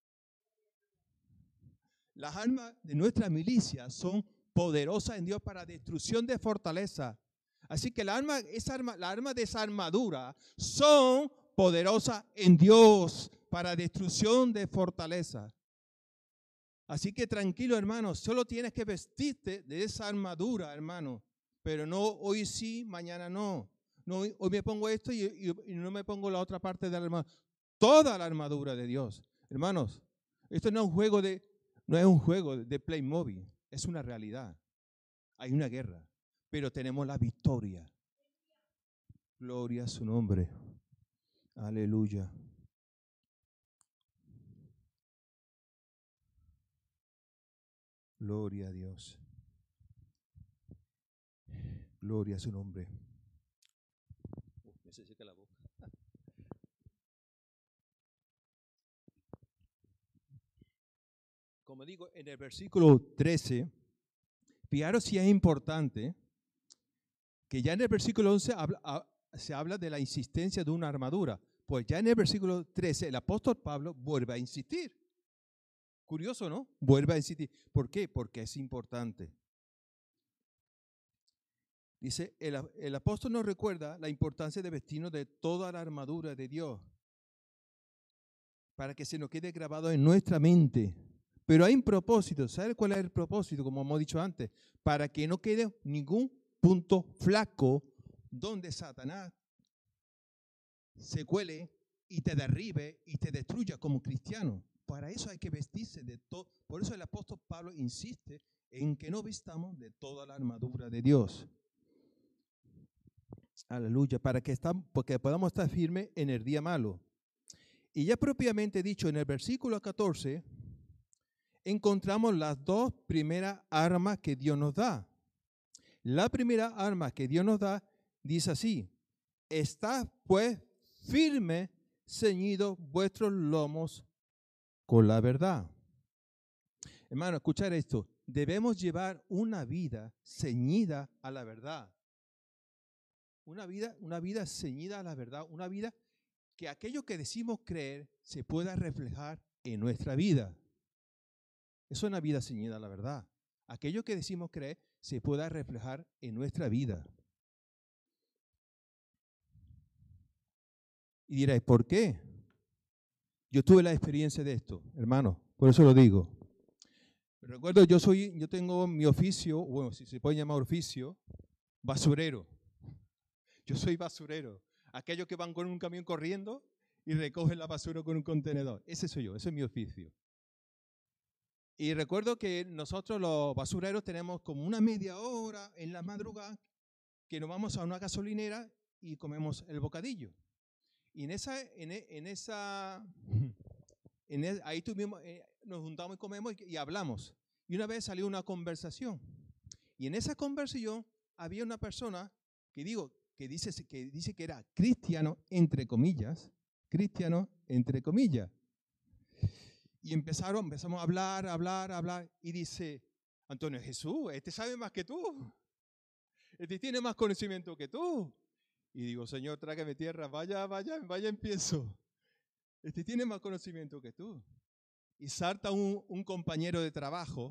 Las armas de nuestra milicia son poderosas en Dios para destrucción de fortaleza. Así que la arma, esa arma, la arma de esa armadura son poderosas en Dios para destrucción de fortaleza. Así que tranquilo, hermano, solo tienes que vestirte de esa armadura, hermano. Pero no hoy sí, mañana no. No hoy, hoy me pongo esto y, y, y no me pongo la otra parte de la armadura. Toda la armadura de Dios. Hermanos, esto no es un juego de, no es un juego de Playmobil, es una realidad. Hay una guerra. Pero tenemos la victoria. Gloria a su nombre. Aleluya. Gloria a Dios. Gloria a su nombre. Uh, me se seca la boca. Como digo, en el versículo trece, fijaros si es importante que ya en el versículo once habla, a, se habla de la insistencia de una armadura. Pues ya en el versículo trece el apóstol Pablo vuelve a insistir. Curioso, ¿no? Vuelve a insistir. ¿Por qué? Porque es importante. Dice, el, el apóstol nos recuerda la importancia de vestirnos de toda la armadura de Dios para que se nos quede grabado en nuestra mente. Pero hay un propósito. ¿Sabe cuál es el propósito? Como hemos dicho antes, para que no quede ningún punto flaco donde Satanás se cuele y te derribe y te destruya como cristiano. Para eso hay que vestirse de todo. Por eso el apóstol Pablo insiste en que no vistamos de toda la armadura de Dios. Aleluya, para que, estamos, porque podamos estar firmes en el día malo. Y ya propiamente dicho, en el versículo catorce, encontramos las dos primeras armas que Dios nos da. La primera arma que Dios nos da dice así: estad pues firme, ceñidos vuestros lomos con la verdad. Hermano, escuchar esto. Debemos llevar una vida ceñida a la verdad. Una vida, una vida ceñida a la verdad. Una vida que aquello que decimos creer se pueda reflejar en nuestra vida. Eso es una vida ceñida a la verdad. Aquello que decimos creer se pueda reflejar en nuestra vida. Y diréis, ¿por qué? Yo tuve la experiencia de esto, hermano, por eso lo digo. Recuerdo, yo soy, yo tengo mi oficio, bueno, si se puede llamar oficio, basurero. Yo soy basurero. Aquellos que van con un camión corriendo y recogen la basura con un contenedor. Ese soy yo, ese es mi oficio. Y recuerdo que nosotros los basureros tenemos como una media hora en la madrugada que nos vamos a una gasolinera y comemos el bocadillo. Y en esa, en, en esa, en el, ahí tuvimos, eh, nos juntamos y comemos y, y hablamos. Y una vez salió una conversación. Y en esa conversación había una persona que digo, que dice, que dice que era cristiano, entre comillas, cristiano, entre comillas. Y empezaron, empezamos a hablar, a hablar, a hablar. Y dice, Antonio, Jesús, este sabe más que tú. Este tiene más conocimiento que tú. Y digo, Señor, trágame tierra, vaya, vaya, vaya, empiezo. Este tiene más conocimiento que tú. Y salta un, un compañero de trabajo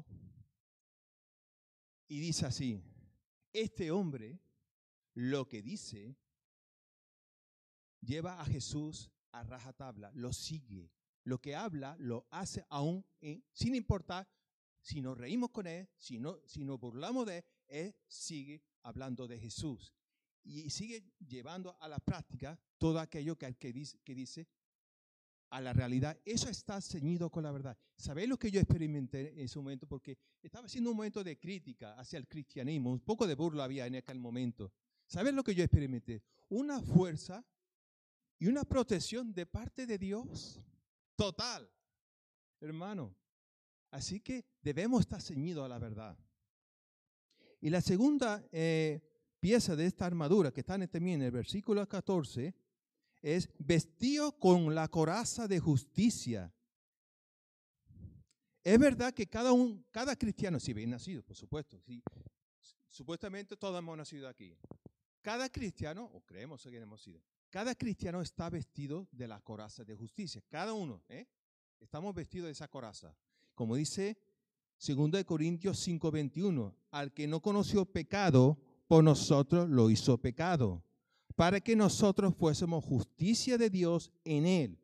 y dice así, este hombre lo que dice lleva a Jesús a rajatabla, lo sigue. Lo que habla lo hace aún eh, sin importar si nos reímos con él, si, no, si nos burlamos de él, él sigue hablando de Jesús. Y sigue llevando a la práctica todo aquello que, que, dice, que dice a la realidad. Eso está ceñido con la verdad. ¿Sabéis lo que yo experimenté en ese momento? Porque estaba siendo un momento de crítica hacia el cristianismo. Un poco de burla había en aquel momento. ¿Sabéis lo que yo experimenté? Una fuerza y una protección de parte de Dios total, hermano. Así que debemos estar ceñidos a la verdad. Y la segunda eh, pieza de esta armadura, que está también en el versículo catorce, es vestido con la coraza de justicia. Es verdad que cada, un, cada cristiano, si bien nacido, por supuesto, si, supuestamente todos hemos nacido aquí. Cada cristiano, o creemos que hemos sido, cada cristiano está vestido de la coraza de justicia. Cada uno, ¿eh? Estamos vestidos de esa coraza. Como dice segunda de Corintios cinco veintiuno, al que no conoció pecado, por nosotros lo hizo pecado, para que nosotros fuésemos justicia de Dios en él.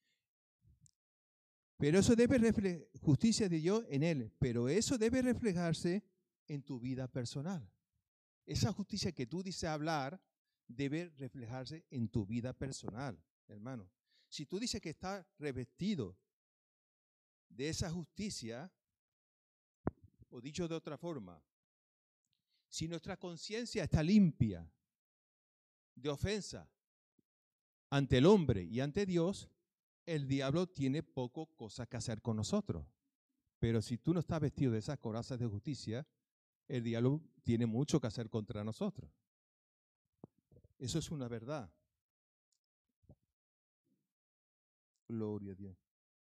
Pero eso debe reflejar, justicia de Dios en él, pero eso debe reflejarse en tu vida personal. Esa justicia que tú dices hablar debe reflejarse en tu vida personal, hermano. Si tú dices que estás revestido de esa justicia, o dicho de otra forma, si nuestra conciencia está limpia de ofensa ante el hombre y ante Dios, el diablo tiene poco cosa que hacer con nosotros. Pero si tú no estás vestido de esas corazas de justicia, el diablo tiene mucho que hacer contra nosotros. Eso es una verdad. Gloria a Dios.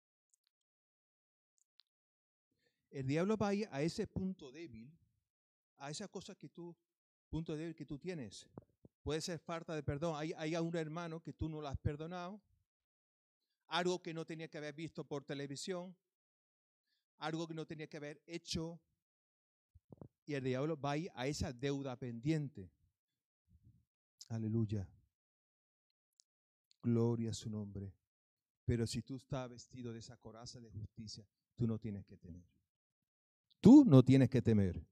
El diablo va a ir a ese punto débil, a esa cosa que tú, punto débil que tú tienes. Puede ser falta de perdón. Hay, hay a un hermano que tú no lo has perdonado, algo que no tenía que haber visto por televisión, algo que no tenía que haber hecho, y el diablo va a ir a esa deuda pendiente. Aleluya. Gloria a su nombre. Pero si tú estás vestido de esa coraza de justicia, tú no tienes que temer. Tú no tienes que temer.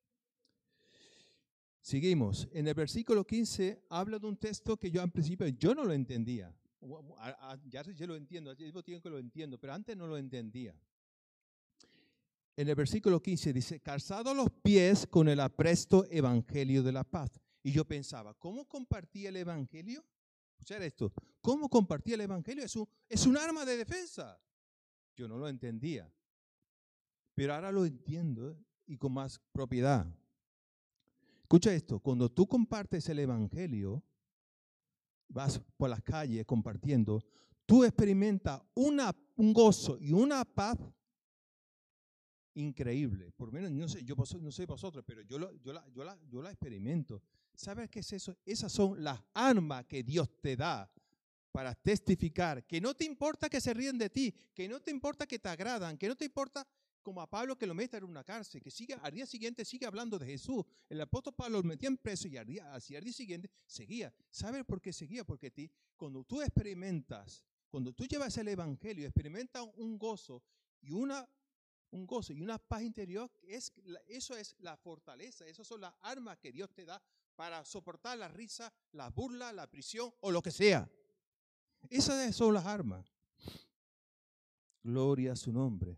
Seguimos. En el versículo quince habla de un texto que yo al principio yo no lo entendía. Ya yo lo entiendo, llevo tiempo que lo entiendo, pero antes no lo entendía. En el versículo quince dice, calzados los pies con el apresto evangelio de la paz. Y yo pensaba, ¿cómo compartía el evangelio? Escuchar esto, ¿cómo compartía el evangelio? Es un, es un arma de defensa. Yo no lo entendía, pero ahora lo entiendo y con más propiedad. Escucha esto, cuando tú compartes el evangelio, vas por las calles compartiendo, tú experimentas una, un gozo y una paz increíble. Por lo menos, no sé, yo no sé vosotros, pero yo, lo, yo, la, yo, la, yo la experimento. ¿Sabes qué es eso? Esas son las armas que Dios te da para testificar, que no te importa que se ríen de ti, que no te importa que te agradan, que no te importa como a Pablo que lo meten en una cárcel, que sigue, al día siguiente sigue hablando de Jesús. El apóstol Pablo lo metía en preso y al día, hacia el día siguiente seguía. ¿Sabes por qué seguía? Porque ti, cuando tú experimentas, cuando tú llevas el evangelio, experimentas un gozo y una, un gozo y una paz interior, es, eso es la fortaleza, esas son las armas que Dios te da para soportar la risa, la burla, la prisión o lo que sea. Esas son las armas. Gloria a su nombre.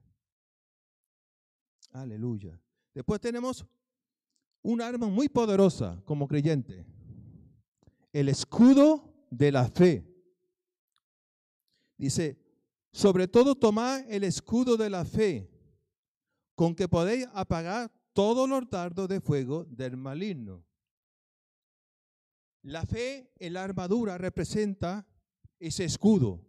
Aleluya. Después tenemos un arma muy poderosa como creyente. El escudo de la fe. Dice, sobre todo tomad el escudo de la fe, con que podéis apagar todos los dardos de fuego del maligno. La fe en la armadura representa ese escudo.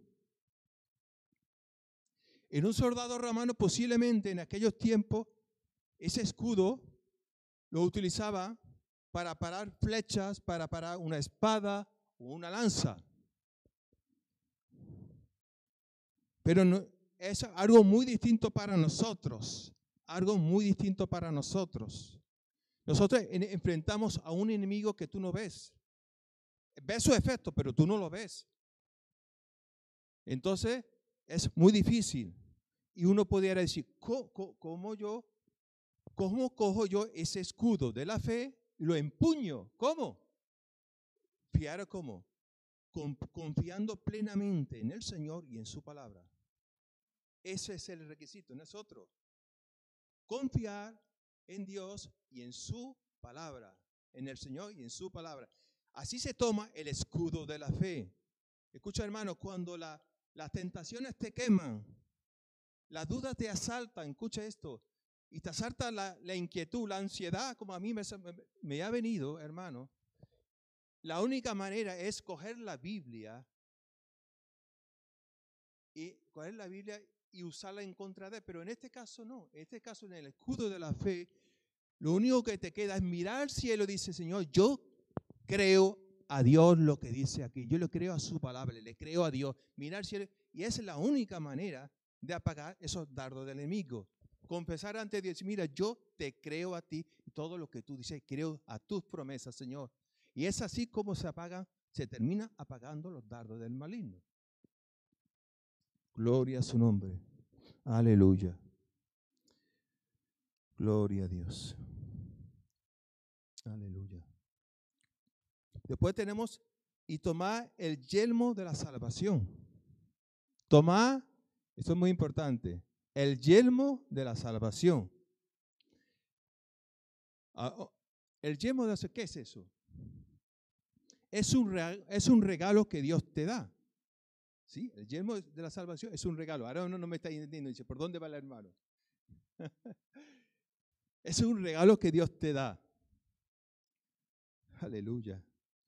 En un soldado romano posiblemente en aquellos tiempos ese escudo lo utilizaba para parar flechas, para parar una espada o una lanza. Pero no, es algo muy distinto para nosotros, algo muy distinto para nosotros. Nosotros en, enfrentamos a un enemigo que tú no ves. Ves su efecto, pero tú no lo ves. Entonces es muy difícil. Y uno pudiera decir, ¿cómo, cómo yo, cómo cojo yo ese escudo de la fe y lo empuño? ¿Cómo? Fiar cómo? Confiando plenamente en el Señor y en su palabra. Ese es el requisito, no es otro. Confiar en Dios y en su palabra, en el Señor y en su palabra. Así se toma el escudo de la fe. Escucha, hermano, cuando la, las tentaciones te queman, las dudas te asaltan, escucha esto, y te asalta la, la inquietud, la ansiedad, como a mí me, me ha venido, hermano. La única manera es coger la Biblia y coger la Biblia y usarla en contra de él, pero en este caso no. En este caso, en el escudo de la fe, lo único que te queda es mirar al cielo y dice, Señor, yo creo a Dios lo que dice aquí, yo le creo a su palabra, le creo a Dios, mirar al cielo, y esa es la única manera de apagar esos dardos del enemigo. Confesar ante Dios, mira, yo te creo a ti, todo lo que tú dices, creo a tus promesas, Señor. Y es así como se apagan, se termina apagando los dardos del maligno. Gloria a su nombre. Aleluya. Gloria a Dios. Aleluya. Después tenemos, y tomar el yelmo de la salvación. Tomar, esto es muy importante, el yelmo de la salvación. El yelmo de la salvación, ¿qué es eso? Es un, regalo, es un regalo que Dios te da. ¿Sí? El yelmo de la salvación es un regalo. Ahora uno no me está entendiendo. Dice, ¿por dónde va el hermano? Es un regalo que Dios te da. Aleluya.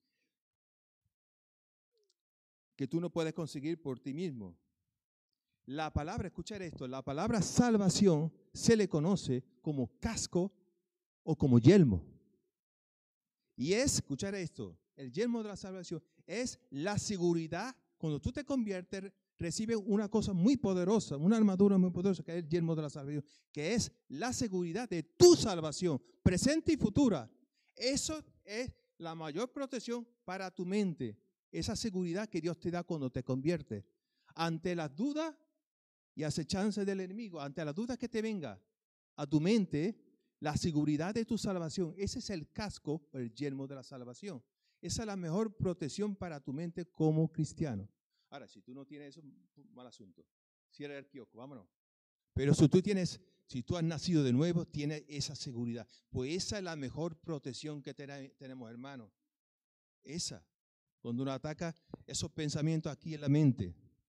Que tú no puedes conseguir por ti mismo. La palabra, escuchar esto, la palabra salvación se le conoce como casco o como yelmo. Y es, escuchar esto, el yelmo de la salvación es la seguridad. Cuando tú te conviertes, recibes una cosa muy poderosa, una armadura muy poderosa, que es el yelmo de la salvación, que es la seguridad de tu salvación, presente y futura. Eso es la mayor protección para tu mente, esa seguridad que Dios te da cuando te conviertes. Ante las dudas, y acechanza del enemigo, ante la duda que te venga a tu mente, la seguridad de tu salvación. Ese es el casco o el yelmo de la salvación. Esa es la mejor protección para tu mente como cristiano. Ahora, si tú no tienes eso, mal asunto. Cierra el kiosco, vámonos. Pero si tú tienes, si tú has nacido de nuevo, tienes esa seguridad. Pues esa es la mejor protección que tenemos, hermano. Esa. Cuando uno ataca esos pensamientos aquí en la mente.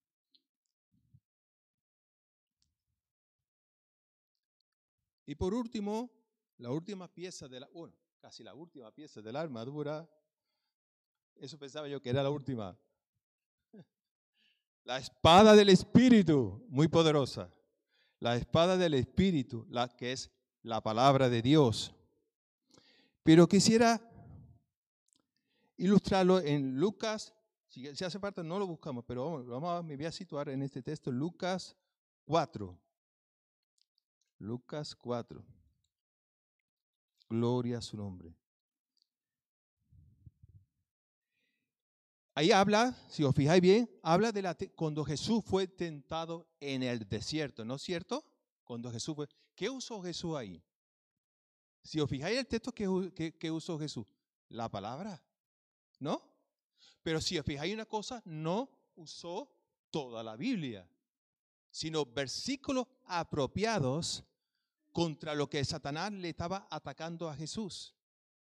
Y por último, la última pieza de la, bueno, casi la última pieza de la armadura, eso pensaba yo que era la última. La espada del Espíritu, muy poderosa. La espada del Espíritu, la que es la palabra de Dios. Pero quisiera ilustrarlo en Lucas, si hace falta no lo buscamos, pero vamos, vamos a, me voy a situar en este texto, Lucas cuatro. Lucas cuatro. Gloria a su nombre. Ahí habla, si os fijáis bien, habla de la cuando Jesús fue tentado en el desierto, ¿no es cierto? Cuando Jesús fue, ¿qué usó Jesús ahí? Si os fijáis el texto, ¿qué, qué, qué usó Jesús? La palabra, ¿no? Pero si os fijáis una cosa, no usó toda la Biblia, sino versículos apropiados contra lo que Satanás le estaba atacando a Jesús.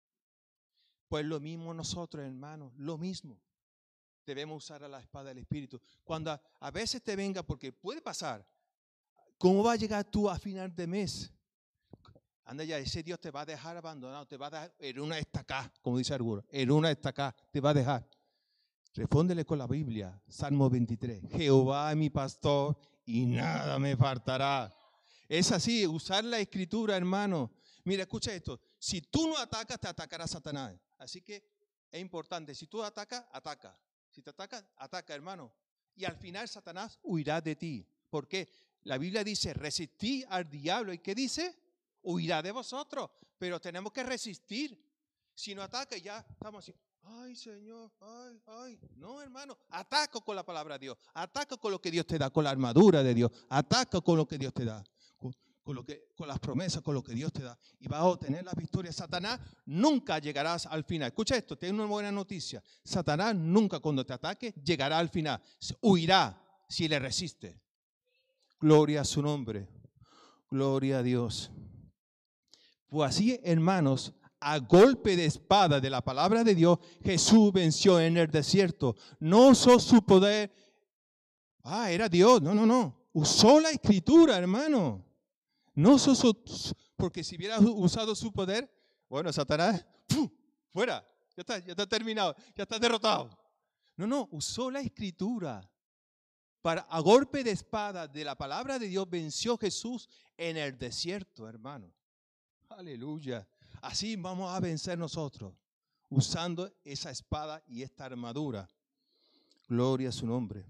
Pues lo mismo nosotros, hermanos, lo mismo. Debemos usar a la espada del Espíritu. Cuando a, a veces te venga, porque puede pasar, ¿cómo va a llegar tú a final de mes? Anda ya, ese Dios te va a dejar abandonado, te va a dejar en una estaca, como dice alguno, en una estaca te va a dejar. Respóndele con la Biblia, Salmo veintitrés. Jehová es mi pastor y nada me faltará. Es así, usar la Escritura, hermano. Mira, escucha esto. Si tú no atacas, te atacará Satanás. Así que es importante. Si tú atacas, ataca. Si te atacas, ataca, hermano. Y al final Satanás huirá de ti. ¿Por qué? La Biblia dice, resistí al diablo. ¿Y qué dice? Huirá de vosotros. Pero tenemos que resistir. Si no ataca, ya estamos así. Ay, Señor, ay, ay. No, hermano, ataca con la palabra de Dios. Ataca con lo que Dios te da, con la armadura de Dios. Ataca con lo que Dios te da. Con, con, lo que, con las promesas, con lo que Dios te da. Y vas a obtener la victoria. Satanás nunca llegarás al final. Escucha esto, tengo una buena noticia. Satanás nunca cuando te ataque llegará al final. Huirá si le resiste. Gloria a su nombre. Gloria a Dios. Pues así, hermanos, a golpe de espada de la palabra de Dios, Jesús venció en el desierto. No usó su poder. Ah, era Dios. No, no, no. Usó la Escritura, hermano. No usó su, porque si hubiera usado su poder, bueno, Satanás, ¡pum!, fuera. Ya está, ya está terminado. Ya está derrotado. No, no. Usó la Escritura. Para, a golpe de espada de la palabra de Dios venció Jesús en el desierto, hermano. Aleluya. Así vamos a vencer nosotros, usando esa espada y esta armadura. Gloria a su nombre.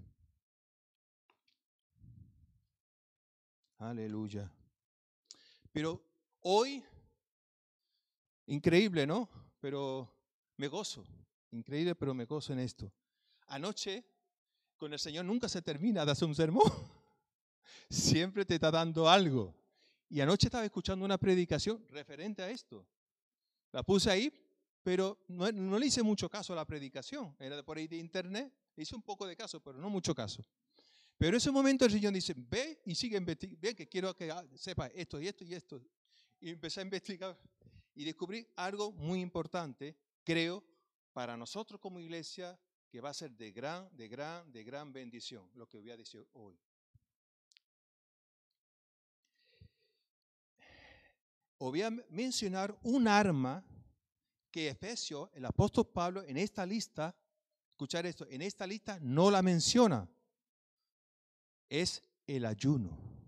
Aleluya. Pero hoy, increíble, ¿no? Pero me gozo. Increíble, pero me gozo en esto. Anoche, con el Señor nunca se termina de hacer un sermón. Siempre te está dando algo. Y anoche estaba escuchando una predicación referente a esto. La puse ahí, pero no, no le hice mucho caso a la predicación. Era por ahí de internet. Le hice un poco de caso, pero no mucho caso. Pero en ese momento el Señor dice, ve y sigue investigando. Ve que quiero que sepa esto y esto y esto. Y empecé a investigar y descubrí algo muy importante, creo, para nosotros como iglesia, que va a ser de gran, de gran, de gran bendición, lo que voy a decir hoy. Os voy a mencionar un arma que Efesios, el apóstol Pablo, en esta lista, escuchar esto, en esta lista no la menciona. Es el ayuno.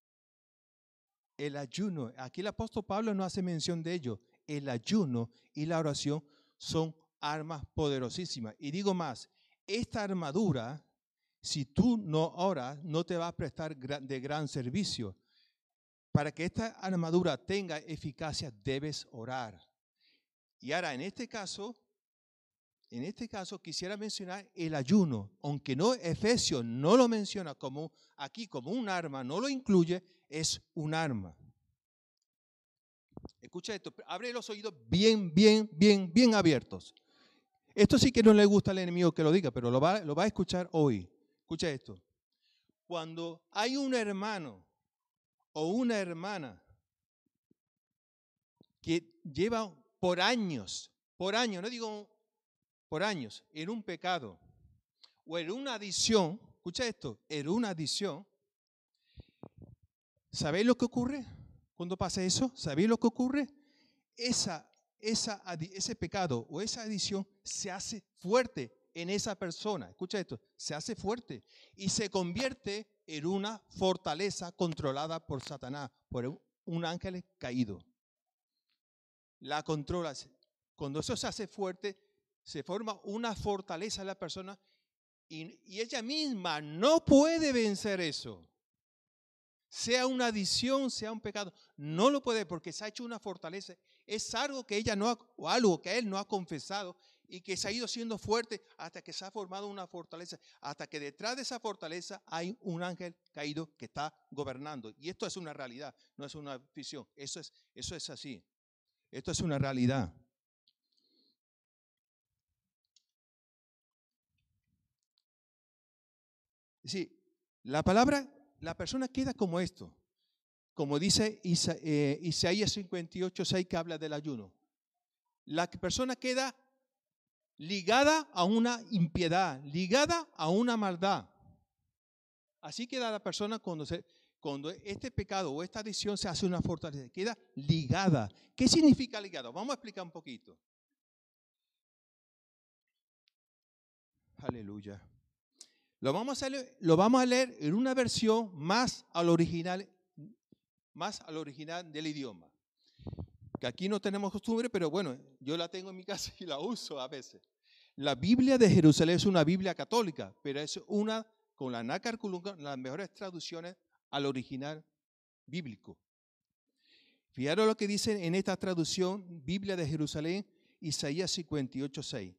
El ayuno. Aquí el apóstol Pablo no hace mención de ello. El ayuno y la oración son armas poderosísimas. Y digo más, esta armadura, si tú no oras, no te va a prestar de gran servicio. Para que esta armadura tenga eficacia, debes orar. Y ahora, en este caso, en este caso quisiera mencionar el ayuno, aunque no Efesios no lo menciona como aquí como un arma, no lo incluye, es un arma. Escucha esto, abre los oídos bien, bien, bien, bien abiertos. Esto sí que no le gusta al enemigo que lo diga, pero lo va, lo va a escuchar hoy. Escucha esto. Cuando hay un hermano o una hermana que lleva por años, por años, no digo por años, en un pecado o en una adicción, escucha esto, en una adicción, ¿sabéis lo que ocurre cuando pasa eso? ¿Sabéis lo que ocurre? Esa, esa, ese pecado o esa adicción se hace fuerte en esa persona. Escucha esto, se hace fuerte y se convierte en una fortaleza controlada por Satanás, por un ángel caído. La controla. Cuando eso se hace fuerte, se forma una fortaleza en la persona y, y ella misma no puede vencer eso. Sea una adicción, sea un pecado, no lo puede porque se ha hecho una fortaleza. Es algo que ella no ha, o algo que él no ha confesado y que se ha ido siendo fuerte hasta que se ha formado una fortaleza, hasta que detrás de esa fortaleza hay un ángel caído que está gobernando. Y esto es una realidad, no es una ficción. Eso es, eso es así. Esto es una realidad. Sí, la palabra, la persona queda como esto. Como dice Isa, eh, Isaías cincuenta y ocho, seis, que habla del ayuno. La persona queda ligada a una impiedad, ligada a una maldad. Así queda la persona cuando, se, cuando este pecado o esta adicción se hace una fortaleza, queda ligada. ¿Qué significa ligado? Vamos a explicar un poquito. Aleluya. Lo vamos a leer, lo vamos a leer en una versión más al original, más al original del idioma. Que aquí no tenemos costumbre, pero bueno, yo la tengo en mi casa y la uso a veces. La Biblia de Jerusalén es una Biblia católica, pero es una con la Nácar Kulunga, las mejores traducciones al original bíblico. Fijaros lo que dice en esta traducción, Biblia de Jerusalén, Isaías cincuenta y ocho, seis.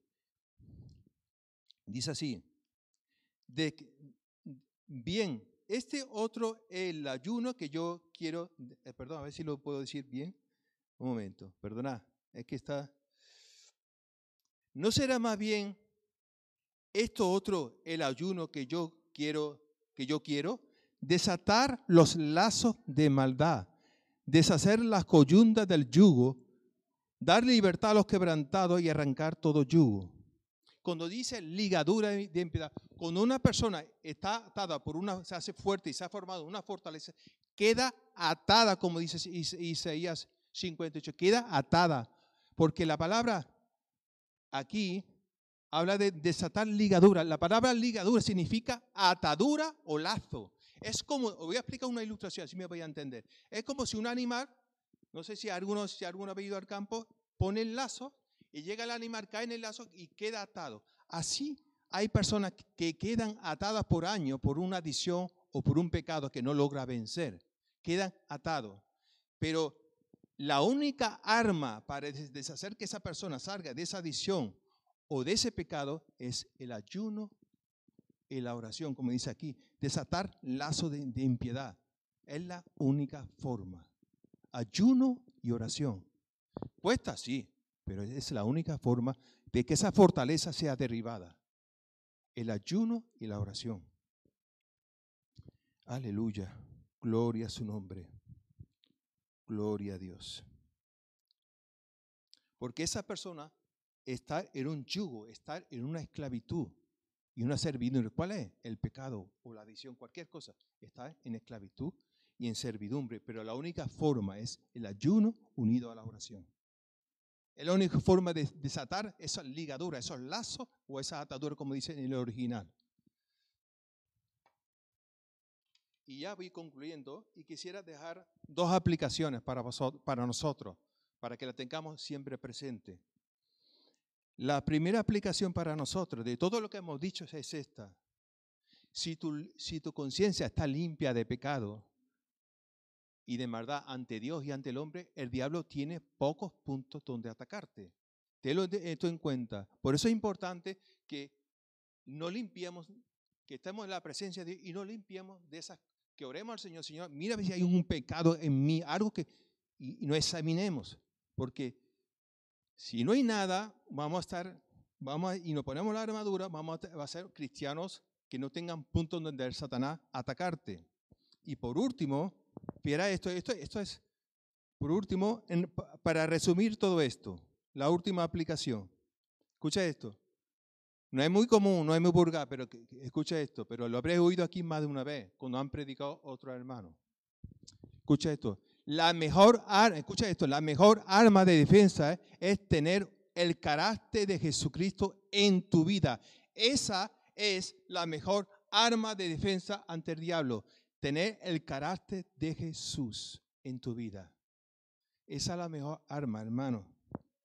Dice así, de, bien, este otro, el ayuno que yo quiero, eh, perdón, a ver si lo puedo decir bien. Un momento, perdona, es que está. ¿No será más bien esto otro el ayuno que yo quiero, que yo quiero? Desatar los lazos de maldad, deshacer las coyundas del yugo, dar libertad a los quebrantados y arrancar todo yugo. Cuando dice ligadura de impiedad, cuando una persona está atada por una, se hace fuerte y se ha formado una fortaleza, queda atada, como dice Isaías cincuenta y ocho, queda atada, porque la palabra aquí habla de desatar ligadura. La palabra ligadura significa atadura o lazo. Es como, os voy a explicar una ilustración, así me voy a entender. Es como si un animal, no sé si alguno, si alguno ha ido al campo, pone el lazo y llega el animal, cae en el lazo y queda atado. Así hay personas que quedan atadas por años por una adicción o por un pecado que no logra vencer. Quedan atados. Pero la única arma para deshacer que esa persona salga de esa adicción o de ese pecado es el ayuno y la oración, como dice aquí, desatar lazo de, de impiedad. Es la única forma. Ayuno y oración. Cuesta, sí, pero es la única forma de que esa fortaleza sea derribada. El ayuno y la oración. Aleluya. Gloria a su nombre. Gloria a Dios. Porque esa persona está en un yugo, está en una esclavitud y una servidumbre. ¿Cuál es? El pecado o la adicción, cualquier cosa. Está en esclavitud y en servidumbre. Pero la única forma es el ayuno unido a la oración. Es la única forma de desatar esas ligaduras, esos lazos o esas ataduras, como dice en el original. Y ya voy concluyendo y quisiera dejar dos aplicaciones para, vosotros, para nosotros, para que la tengamos siempre presente. La primera aplicación para nosotros de todo lo que hemos dicho es esta. Si tu, si tu conciencia está limpia de pecado y de maldad ante Dios y ante el hombre, el diablo tiene pocos puntos donde atacarte. Tenlo esto en cuenta. Por eso es importante que no limpiemos, que estemos en la presencia de Dios y no limpiemos de esas, que oremos al Señor, Señor, mira si hay un pecado en mí, algo que, y, y nos examinemos. Porque si no hay nada, vamos a estar, vamos a, y nos ponemos la armadura, vamos a, va a ser cristianos que no tengan puntos donde el Satanás atacarte. Y por último, mira esto, esto, esto es, por último, en, para resumir todo esto, la última aplicación. Escucha esto. No es muy común, no es muy vulgar, pero que, que, escucha esto, pero lo habré oído aquí más de una vez, cuando han predicado otros hermanos. Escucha esto. La mejor, escucha esto, la mejor arma de defensa es tener el carácter de Jesucristo en tu vida. Esa es la mejor arma de defensa ante el diablo. Tener el carácter de Jesús en tu vida. Esa es la mejor arma, hermano.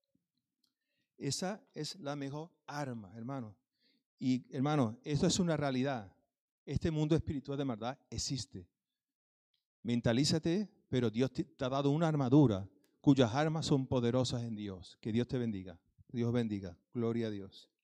Esa es la mejor arma, hermano. Y, hermano, esto es una realidad. Este mundo espiritual de maldad existe. Mentalízate, pero Dios te ha dado una armadura cuyas armas son poderosas en Dios. Que Dios te bendiga. Dios bendiga. Gloria a Dios.